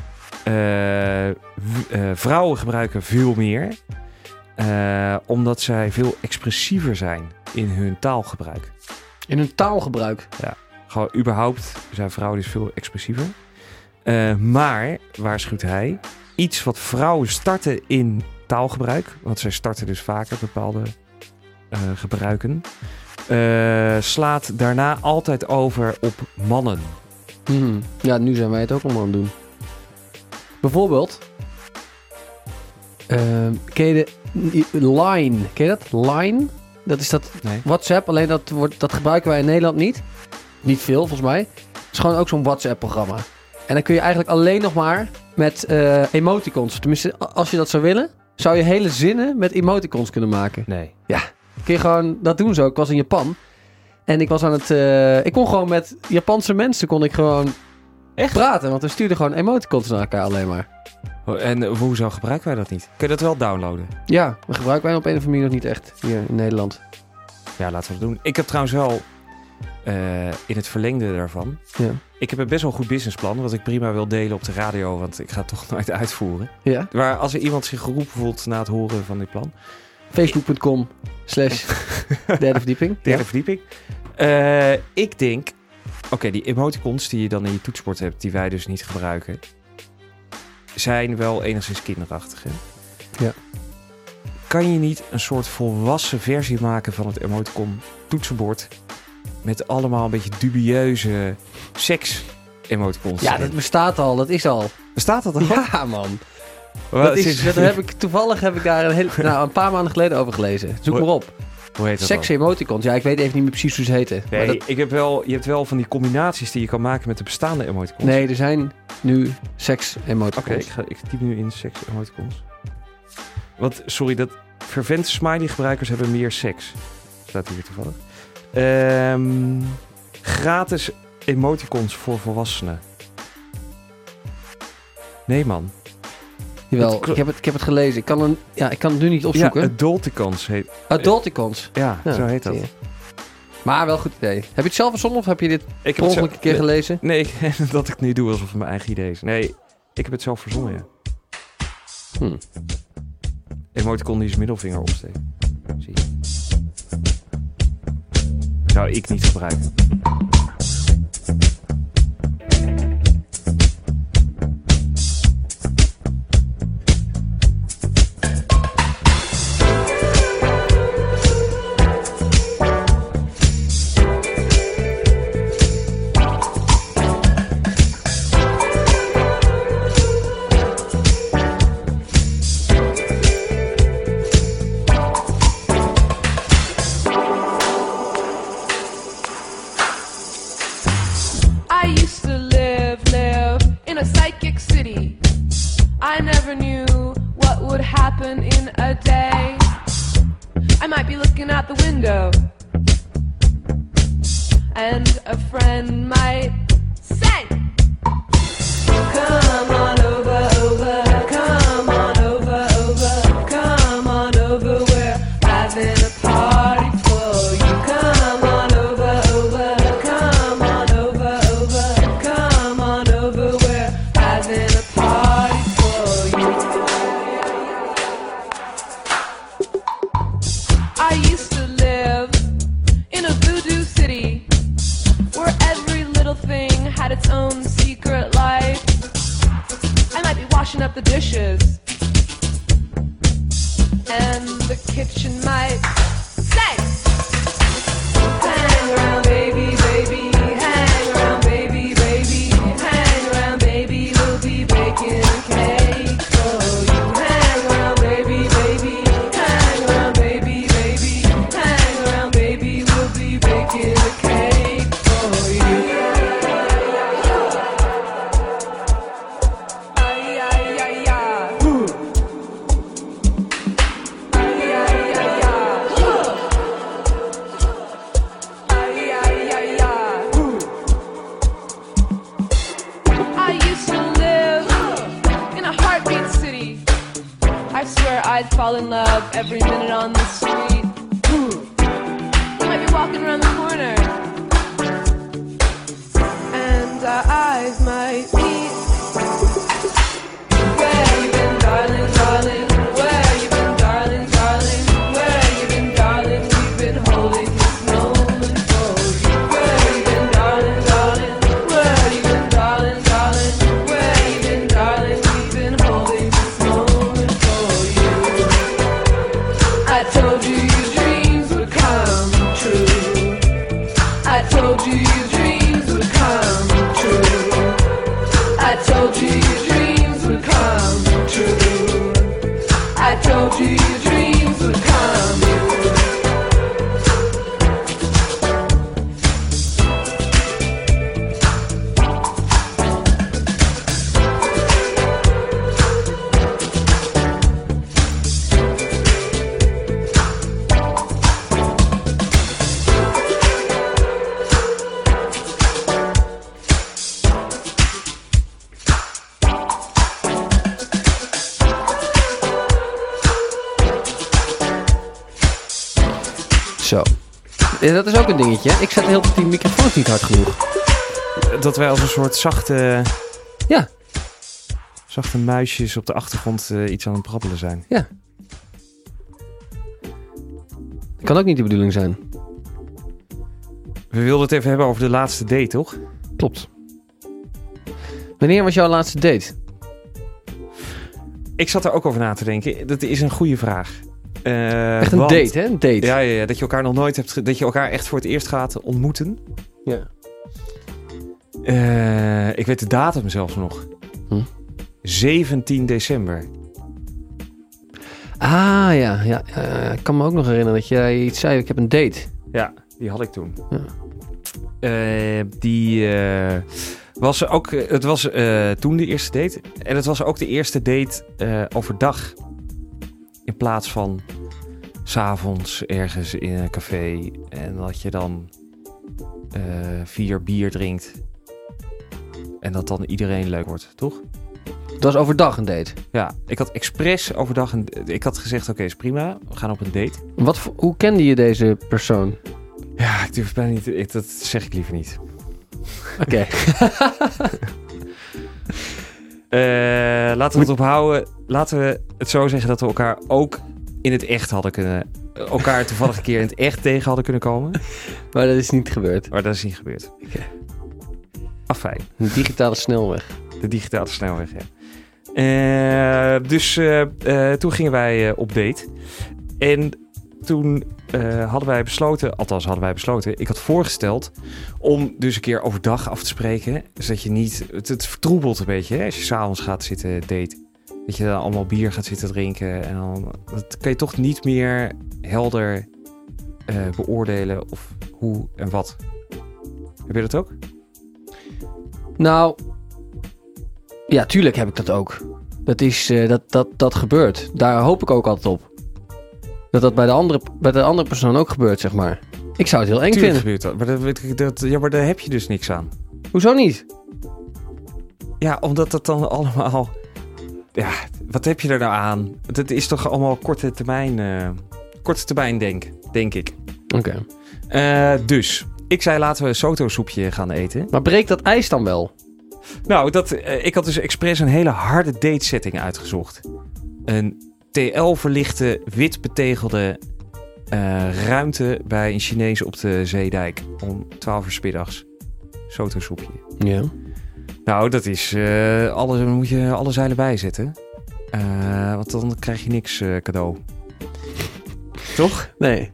vrouwen gebruiken veel meer... omdat zij veel expressiever zijn in hun taalgebruik. In hun taalgebruik? Ja, gewoon überhaupt zijn vrouwen dus veel expressiever. Maar, waarschuwt hij, iets wat vrouwen starten in taalgebruik, want zij starten dus vaker bepaalde gebruiken, slaat daarna altijd over op mannen. Ja, nu zijn wij het ook allemaal aan het doen. Bijvoorbeeld, ken je de Line? Ken je dat? Line? Dat is dat WhatsApp, alleen dat gebruiken wij in Nederland niet. Niet veel, volgens mij. Het is gewoon ook zo'n WhatsApp-programma. En dan kun je eigenlijk alleen nog maar met emoticons. Tenminste, als je dat zou willen, zou je hele zinnen met emoticons kunnen maken. Nee. Ja, kun je gewoon... Dat doen ze ook. Ik was in Japan. En ik was aan het... ik kon gewoon met Japanse mensen echt praten. Want we stuurden gewoon emoticons naar elkaar alleen maar. En hoezo gebruiken wij dat niet? Kun je dat wel downloaden? Ja, we gebruiken wij op een of andere manier nog niet echt hier in Nederland. Ja, laten we het doen. Ik heb trouwens wel in het verlengde daarvan... Ja. Ik heb een best wel goed businessplan, wat ik prima wil delen op de radio, want ik ga het toch nooit uitvoeren. Ja. Maar als er iemand zich geroepen voelt na het horen van dit plan... Facebook.com/derde verdieping. Derde verdieping. Ik denk... Oké, die emoticons die je dan in je toetsenbord hebt, die wij dus niet gebruiken... zijn wel enigszins kinderachtig, hè? Ja. Kan je niet een soort volwassen versie maken van het emoticon toetsenbord... met allemaal een beetje dubieuze seks-emoticons? Ja, dat bestaat al. Dat is al. Bestaat dat al? Ja, man. Toevallig heb ik daar een paar maanden geleden over gelezen. Zoek maar op. Hoe heet dat Sexy emoticons. Ja, ik weet even niet meer precies hoe ze heten. Nee, Maar dat... je hebt wel van die combinaties die je kan maken met de bestaande emoticons. Nee, er zijn nu seks-emoticons. Oké, ik typ nu in seks-emoticons. Want, sorry, dat fervente smiley-gebruikers hebben meer seks. Staat hier toevallig. Gratis emoticons voor volwassenen. Nee, man. Jawel, ik heb het gelezen. Ik kan het nu niet opzoeken. Ja, adulticons heet... Adulticons. Ja, zo heet dat. zie je. Maar wel een goed idee. Heb je het zelf verzonnen of heb je dit Ik per ongeluk een keer gelezen? Nee, dat ik het nu doe alsof het mijn eigen idee is. Nee, ik heb het zelf verzonnen, ja. Emoticon die zijn middelvinger opsteekt. Zie je. Zou ik niet gebruiken. Ja, dat is ook een dingetje. Ik zet de hele tijd die microfoons niet hard genoeg. Dat wij als een soort zachte Ja, muisjes op de achtergrond iets aan het brabbelen zijn. ja. Dat kan ook niet de bedoeling zijn. We wilden het even hebben over de laatste date, toch? Klopt. Wanneer was jouw laatste date? Ik zat er ook over na te denken. Dat is een goede vraag. Echt een date, hè? Een date. Ja, dat je elkaar nog nooit hebt... Dat je elkaar echt voor het eerst gaat ontmoeten. Ja. Ik weet de datum zelfs nog. 17 december. Ah, ja. Ik kan me ook nog herinneren dat jij iets zei. Ik heb een date. Ja, die had ik toen. Ja. Die was ook... Het was toen de eerste date. En het was ook de eerste date overdag. In plaats van 's avonds ergens in een café. En dat je dan 4 bier drinkt. En dat dan iedereen leuk wordt, toch? Het was overdag een date. Ja, ik had expres overdag... Ik had gezegd, oké, is prima. We gaan op een date. Hoe kende je deze persoon? Ja, ik durf bijna niet... Dat zeg ik liever niet. Oké. Laten we het ophouden. Laten we het zo zeggen dat we elkaar ook in het echt hadden kunnen... Elkaar toevallig een keer in het echt tegen hadden kunnen komen. Maar dat is niet gebeurd. Maar dat is niet gebeurd. Oké. Afijn. Een digitale snelweg. De digitale snelweg, ja. Dus toen gingen wij op date. En toen hadden wij besloten... Ik had voorgesteld om dus een keer overdag af te spreken. Zodat je niet... Het vertroebelt een beetje, hè, als je 's avonds gaat zitten daten. Dat je dan allemaal bier gaat zitten drinken. En dan dat kan je toch niet meer helder beoordelen of hoe en wat. Heb je dat ook? Nou, ja, tuurlijk heb ik dat ook. Dat is, dat gebeurt. Daar hoop ik ook altijd op. Dat bij de andere persoon ook gebeurt, zeg maar. Ik zou het heel eng Tuurlijk vinden. gebeurt dat. Maar daar heb je dus niks aan. Hoezo niet? Ja, omdat het dan allemaal... Ja, wat heb je er nou aan? Het is toch allemaal korte termijn denk ik. Oké. Dus, ik zei laten we een soto-soepje gaan eten. Maar breekt dat ijs dan wel? Nou, ik had dus expres een hele harde datesetting uitgezocht. Een TL-verlichte, wit betegelde ruimte bij een Chinees op de Zeedijk. Om 12 uur 's middags. Soto-soepje. Ja. Nou, dat is alles. Dan moet je alle zeilen bijzetten. Want dan krijg je niks cadeau. Toch? Nee.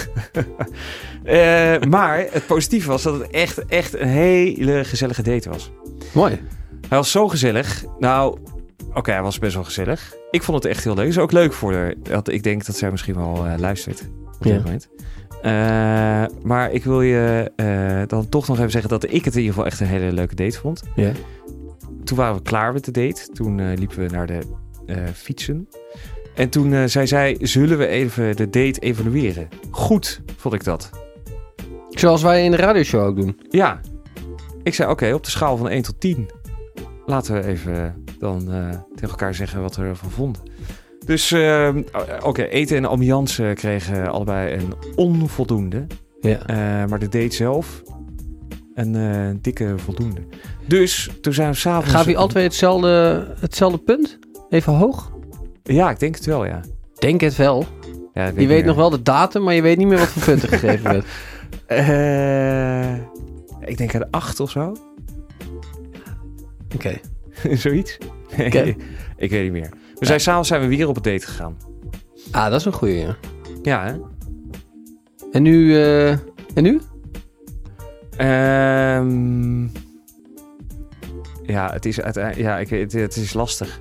Maar het positieve was dat het echt een hele gezellige date was. Mooi. Hij was zo gezellig. Nou, oké, hij was best wel gezellig. Ik vond het echt heel leuk. Is ook leuk voor haar. Ik denk dat zij misschien wel luistert op dit moment. Maar ik wil je dan toch nog even zeggen dat ik het in ieder geval echt een hele leuke date vond. Ja. Toen waren we klaar met de date. Toen liepen we naar de fietsen. En toen zei zij, zullen we even de date evalueren? Goed, vond ik dat. Zoals wij in de radioshow ook doen. Ja. Ik zei, oké, op de schaal van 1 tot 10. Laten we even dan tegen elkaar zeggen wat we ervan vonden. Dus, oké, eten en ambiance kregen allebei een onvoldoende. Ja. Maar de date zelf een dikke voldoende. Dus toen zijn we s'avonds... Gaven jullie alle twee hetzelfde punt? Even hoog? Ja, ik denk het wel, ja. Denk het wel. Ja, Je weet nog wel de datum, maar je weet niet meer wat voor punten gegeven werd. Ik denk aan 8 of zo. Oké. Zoiets. Nee, Oké. Ik weet niet meer. S'avonds zijn we weer op een date gegaan. Ah, dat is een goeie, ja. Ja, hè? En nu? Ja, het is uiteindelijk... Ja, het is lastig.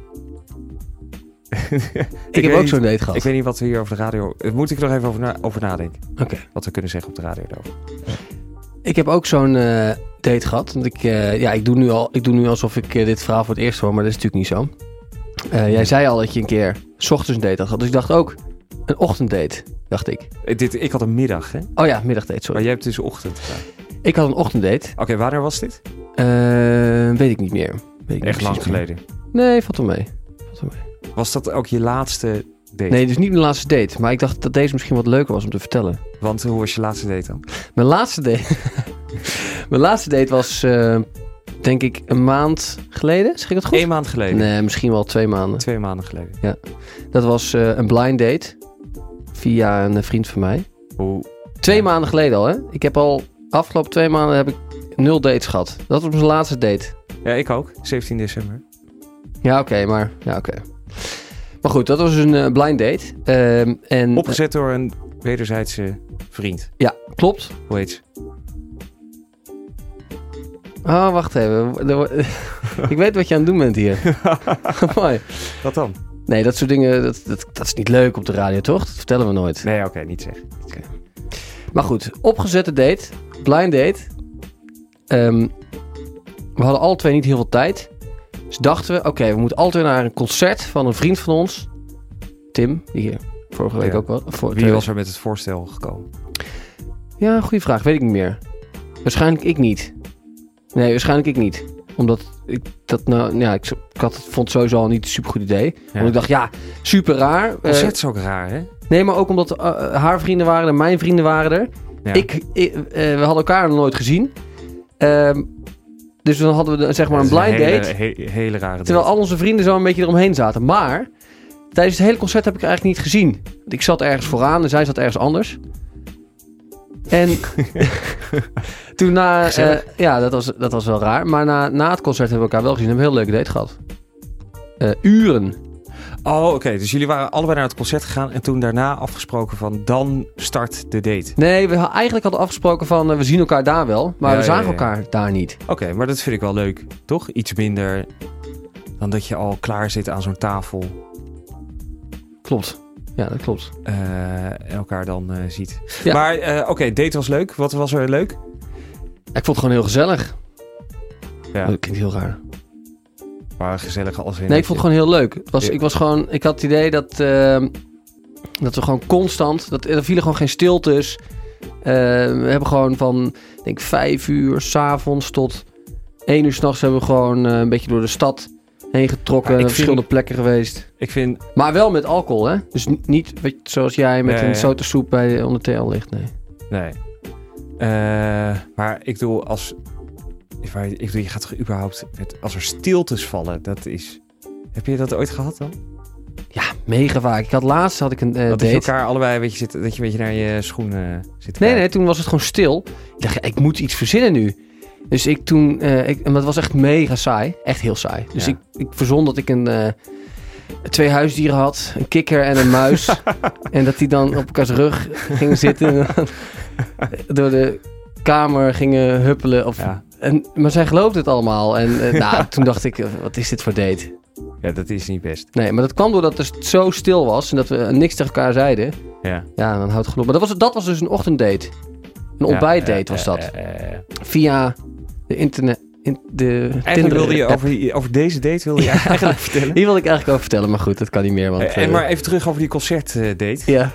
Ik heb ook zo'n date gehad. Ik weet niet wat we hier over de radio... Moet ik er nog even over nadenken. Oké. Wat we kunnen zeggen op de radio daarover. Ik heb ook zo'n date gehad. Want ik doe nu alsof ik dit verhaal voor het eerst hoor, maar dat is natuurlijk niet zo. Jij zei al dat je een keer 's ochtends een date had gehad. Dus ik dacht ook, een ochtenddate, dacht ik. Ik had een middag, hè? Oh ja, middagdate, sorry. Maar jij hebt dus ochtend gedaan. Ik had een ochtenddate. Oké, wanneer was dit? Weet ik niet meer. Echt lang geleden. Nee, valt wel mee. Was dat ook je laatste date? Nee, dus niet mijn laatste date. Maar ik dacht dat deze misschien wat leuker was om te vertellen. Want hoe was je laatste date dan? Mijn laatste date... mijn laatste date was, denk ik, een maand geleden. Zeg ik dat goed? 1 maand geleden. Nee, misschien wel 2 maanden. 2 maanden geleden. Dat was een blind date. Via een vriend van mij. Hoe? 2 maanden geleden al, hè? Ik heb al... Afgelopen 2 maanden heb ik 0 dates gehad. Dat was mijn laatste date. Ja, ik ook. 17 december. Ja, oké. Maar goed, dat was een blind date. En, Opgezet door een wederzijdse vriend. ja, klopt. Hoe heet ze? Oh, wacht even. Ik weet wat je aan het doen bent hier. Mooi. Wat dan? Nee, dat soort dingen, dat is niet leuk op de radio, toch? Dat vertellen we nooit. Nee, oké, niet zeggen. Maar goed, opgezette date. Blind date. We hadden alle twee niet heel veel tijd. Dus dachten we, oké, we moeten altijd naar een concert van een vriend van ons. Tim, die hier vorige week Ja. ook was. Wie was er met het voorstel gekomen? Ja, goede vraag. Weet ik niet meer. Waarschijnlijk ik niet. Nee, waarschijnlijk ik niet. Omdat ik dat nou... Ja, ik vond het sowieso al niet een supergoed idee. Ja. Want ik dacht, ja, super raar. Concert is ook raar, hè? Nee, maar ook omdat haar vrienden waren er, mijn vrienden waren er. Ja. We hadden elkaar nog nooit gezien. Dus dan hadden we zeg maar een Dat is blind date. Hele rare date. Terwijl al onze vrienden zo een beetje eromheen zaten. Maar tijdens het hele concert heb ik haar eigenlijk niet gezien. Ik zat ergens vooraan en zij zat ergens anders. En toen ja, dat was wel raar. Maar na het concert hebben we elkaar wel gezien. We hebben een heel leuke date gehad. Uren. Oh, oké. Dus jullie waren allebei naar het concert gegaan en toen daarna afgesproken van dan start de date. Nee, we eigenlijk hadden afgesproken van we zien elkaar daar wel. Maar Ja, we zagen ja. elkaar daar niet. Oké, maar dat vind ik wel leuk, toch? Iets minder dan dat je al klaar zit aan zo'n tafel Klopt. Ja, dat klopt. en elkaar dan ziet. Ja. Maar oké, date was leuk. Wat was er leuk? Ik vond het gewoon heel gezellig. Ja, Dat klinkt heel raar. maar gezellig als in... Nee, ik vond het gewoon heel leuk. Ja. Ik had het idee dat we gewoon constant... Er vielen gewoon geen stiltes. We hebben gewoon van, ik denk 5 uur 's avonds tot 1 uur 's nachts hebben we gewoon een beetje door de stad heen getrokken. Ja, ik naar verschillende plekken geweest. Ik vind... Maar wel met alcohol, hè? Dus niet zoals jij met Ja, een ja. sotersoep bij onder TL ligt, nee. Nee. Maar ik bedoel, je gaat toch überhaupt... Als er stiltes vallen, dat is... Heb je dat ooit gehad dan? Ja, mega vaak. Laatst had ik een Dat date. je elkaar allebei dat je een beetje naar je schoenen zit te Nee, kijken. toen was het gewoon stil. Ik dacht, ja, ik moet iets verzinnen nu. Dus maar het was echt mega saai. Echt heel saai. Dus Ja. ik verzon dat ik 2 huisdieren had. Een kikker en een muis. En dat die dan op elkaars rug gingen zitten. En dan door de kamer gingen huppelen. Ja. Maar zij geloofde het allemaal. En toen dacht ik, wat is dit voor date? Ja, dat is niet best. Nee, maar dat kwam doordat het zo stil was. En dat we niks tegen elkaar zeiden. Ja. Ja, dan houdt het genoeg. Maar dat was dus een ochtenddate. Een ontbijtdate was dat. Via de internet. Eigenlijk wilde je over deze date wilde je eigenlijk vertellen. Hier wilde ik eigenlijk over vertellen, maar goed, dat kan niet meer. Want, En maar even terug over die concertdate. Ja.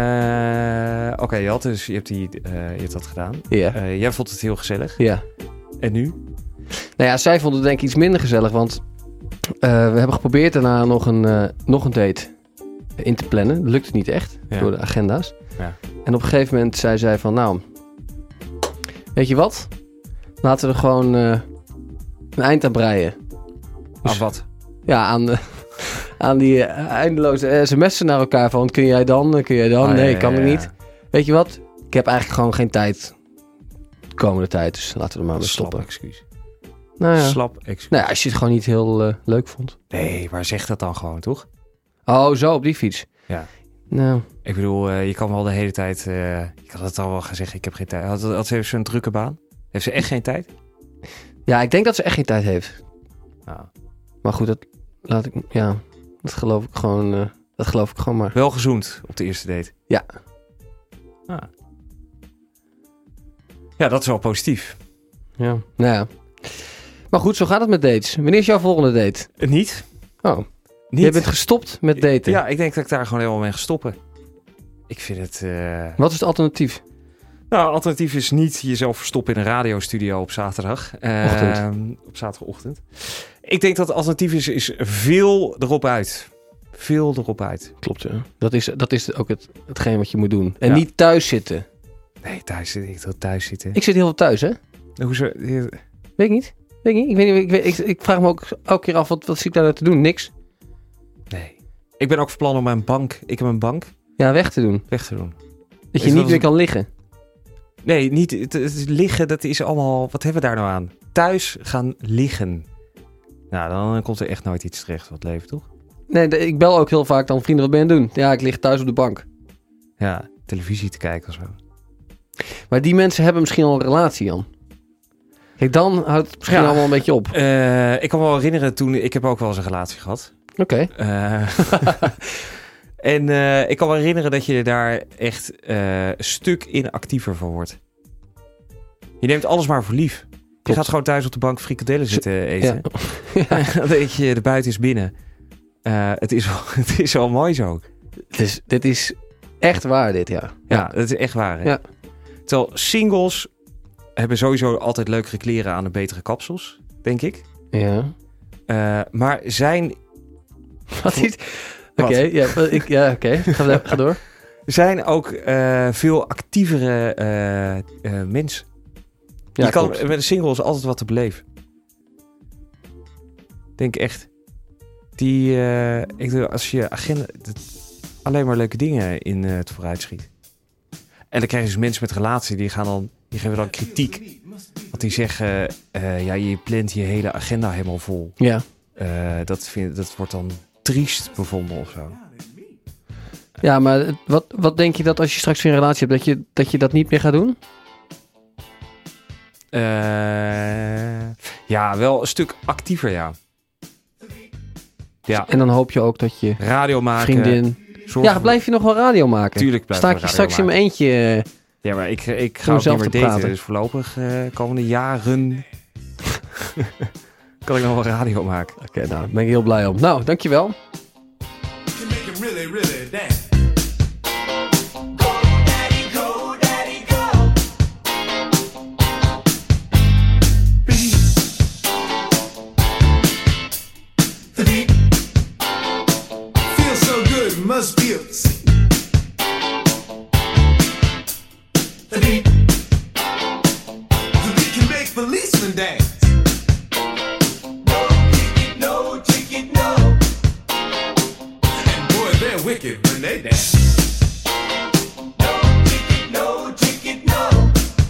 Oké, je hebt dat gedaan. Ja. Jij vond het heel gezellig. Ja. En nu? Nou ja, zij vond het denk ik iets minder gezellig, want we hebben geprobeerd daarna nog een date in te plannen. Dat lukte niet echt, Ja. door de agenda's. Ja. En op een gegeven moment zei zij van, nou, weet je wat? Laten we er gewoon een eind aan breien. Ah, wat? Ja, aan die eindeloze sms'en naar elkaar van, kun jij dan? Nee, kan ik niet. Weet je wat? Ik heb eigenlijk gewoon geen tijd de komende tijd, dus laten we er maar mee Slap stoppen. excuus. Nou ja. Slap excuus. Nou ja, als je het gewoon niet heel leuk vond. Nee, maar zeg dat dan gewoon, toch? Oh, zo, op die fiets. Ja. Nou, Ik bedoel, je kan wel de hele tijd... ik had het al wel gezegd, ik heb geen tijd. Had ze zo'n drukke baan? Heeft ze echt geen tijd? ja, ik denk dat ze echt geen tijd heeft. Nou, Maar goed, dat geloof ik gewoon, maar. wel gezoend op de eerste date. Ja. Ah. Ja, dat is wel positief. Ja. Nou ja. Maar goed, zo gaat het met dates. Wanneer is jouw volgende date? Niet? Oh, Niet? jij bent gestopt met daten. Ja, ik denk dat ik daar gewoon helemaal mee ga stoppen. Ik vind het... Wat is het alternatief? Nou, alternatief is niet jezelf verstoppen in een radiostudio op zaterdag. Ochtend. Op zaterdagochtend. Ik denk dat het alternatief is veel erop uit. veel erop uit. Klopt, ja. Dat is ook hetgeen wat je moet doen. En Ja. niet thuis zitten. Nee, thuis zitten. Ik zit heel veel thuis, hè? Hoezo? Weet ik niet. Ik vraag me ook elke keer af, wat zit ik daar nou te doen? Niks. Nee. Ik ben ook van plan om mijn bank... Ik heb een bank Ja, weg te doen. weg te doen. Dat je Is niet dat meer kan liggen. Nee, niet het liggen, dat is allemaal... Wat hebben we daar nou aan? Thuis gaan liggen. Nou, dan komt er echt nooit iets terecht wat leven, toch? Nee, ik bel ook heel vaak dan, vrienden, wat ben je aan het doen? Ja, ik lig thuis op de bank. Ja, televisie te kijken of zo. Maar die mensen hebben misschien al een relatie, Jan. Kijk, dan houdt het misschien Ja. allemaal een beetje op. Ik kan me wel herinneren toen... Ik heb ook wel eens een relatie gehad. Oké. En ik kan me herinneren dat je daar echt een stuk inactiever voor wordt. Je neemt alles maar voor lief. Je Klopt. gaat gewoon thuis op de bank frikadellen zitten eten. Ja. Dan denk je, de buiten is binnen. Het is wel mooi zo. Dit is echt waar, dit, ja. Ja, dat is echt waar. Hè? Ja. Terwijl singles hebben sowieso altijd leukere kleren aan en betere kapsels, denk ik. Ja. Maar zijn Wat is... Wat? Oké, oké. Ga door. zijn ook veel actievere mensen. Ja, je kan klopt. met een single is altijd wat te beleven. Denk echt. Ik doe als je agenda alleen maar leuke dingen in het vooruit schiet. En dan krijg je dus mensen met relatie die geven dan kritiek. Want die zeggen, ja, je plant je hele agenda helemaal vol. Ja. Dat wordt dan triest bevonden of zo. Ja, maar wat denk je dat als je straks weer een relatie hebt, dat je dat niet meer gaat doen? Ja, wel een stuk actiever, ja. Ja, En dan hoop je ook dat je radio maken. vriendin... zorg Ja, voor- blijf je nog wel radio maken? Tuurlijk blijf Sta ik ik je radio straks in mijn eentje... Ja, maar ik ga ook niet mezelf meer te daten. praten. Dus voorlopig komende jaren kan ik nog wel radio maken. Oké, nou, daar ben ik heel blij om. Nou, dankjewel. You make him really, really dance. The beat feels so good, must be obscene. The beat can make policemen dance. No ticket, no. And boy, they're wicked when they dance. No ticket, no.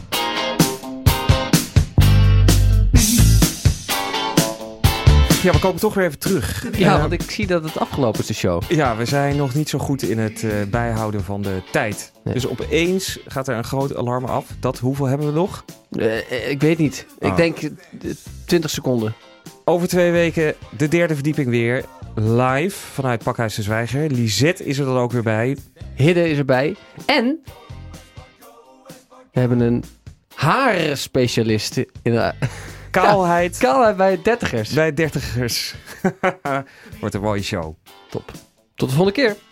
Ja, we komen toch weer even terug. Ja, want ik zie dat het afgelopen is, de show. Ja, we zijn nog niet zo goed in het bijhouden van de tijd. Nee. Dus opeens gaat er een groot alarm af. Hoeveel hebben we nog? Ik weet niet. Oh. Ik denk 20 seconden. Over 2 weken de derde verdieping weer. Live vanuit Pakhuis de Zwijger. Lisette is er dan ook weer bij. Hidde is erbij. En we hebben een haarspecialist in de Kaalheid kaalheid bij 30ers. bij 30ers. Wordt een mooie show. Top. Tot de volgende keer.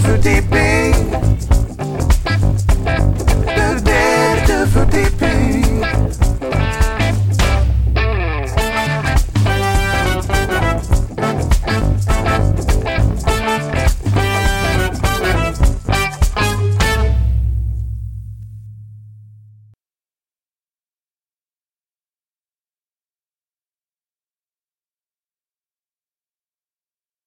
too deeply.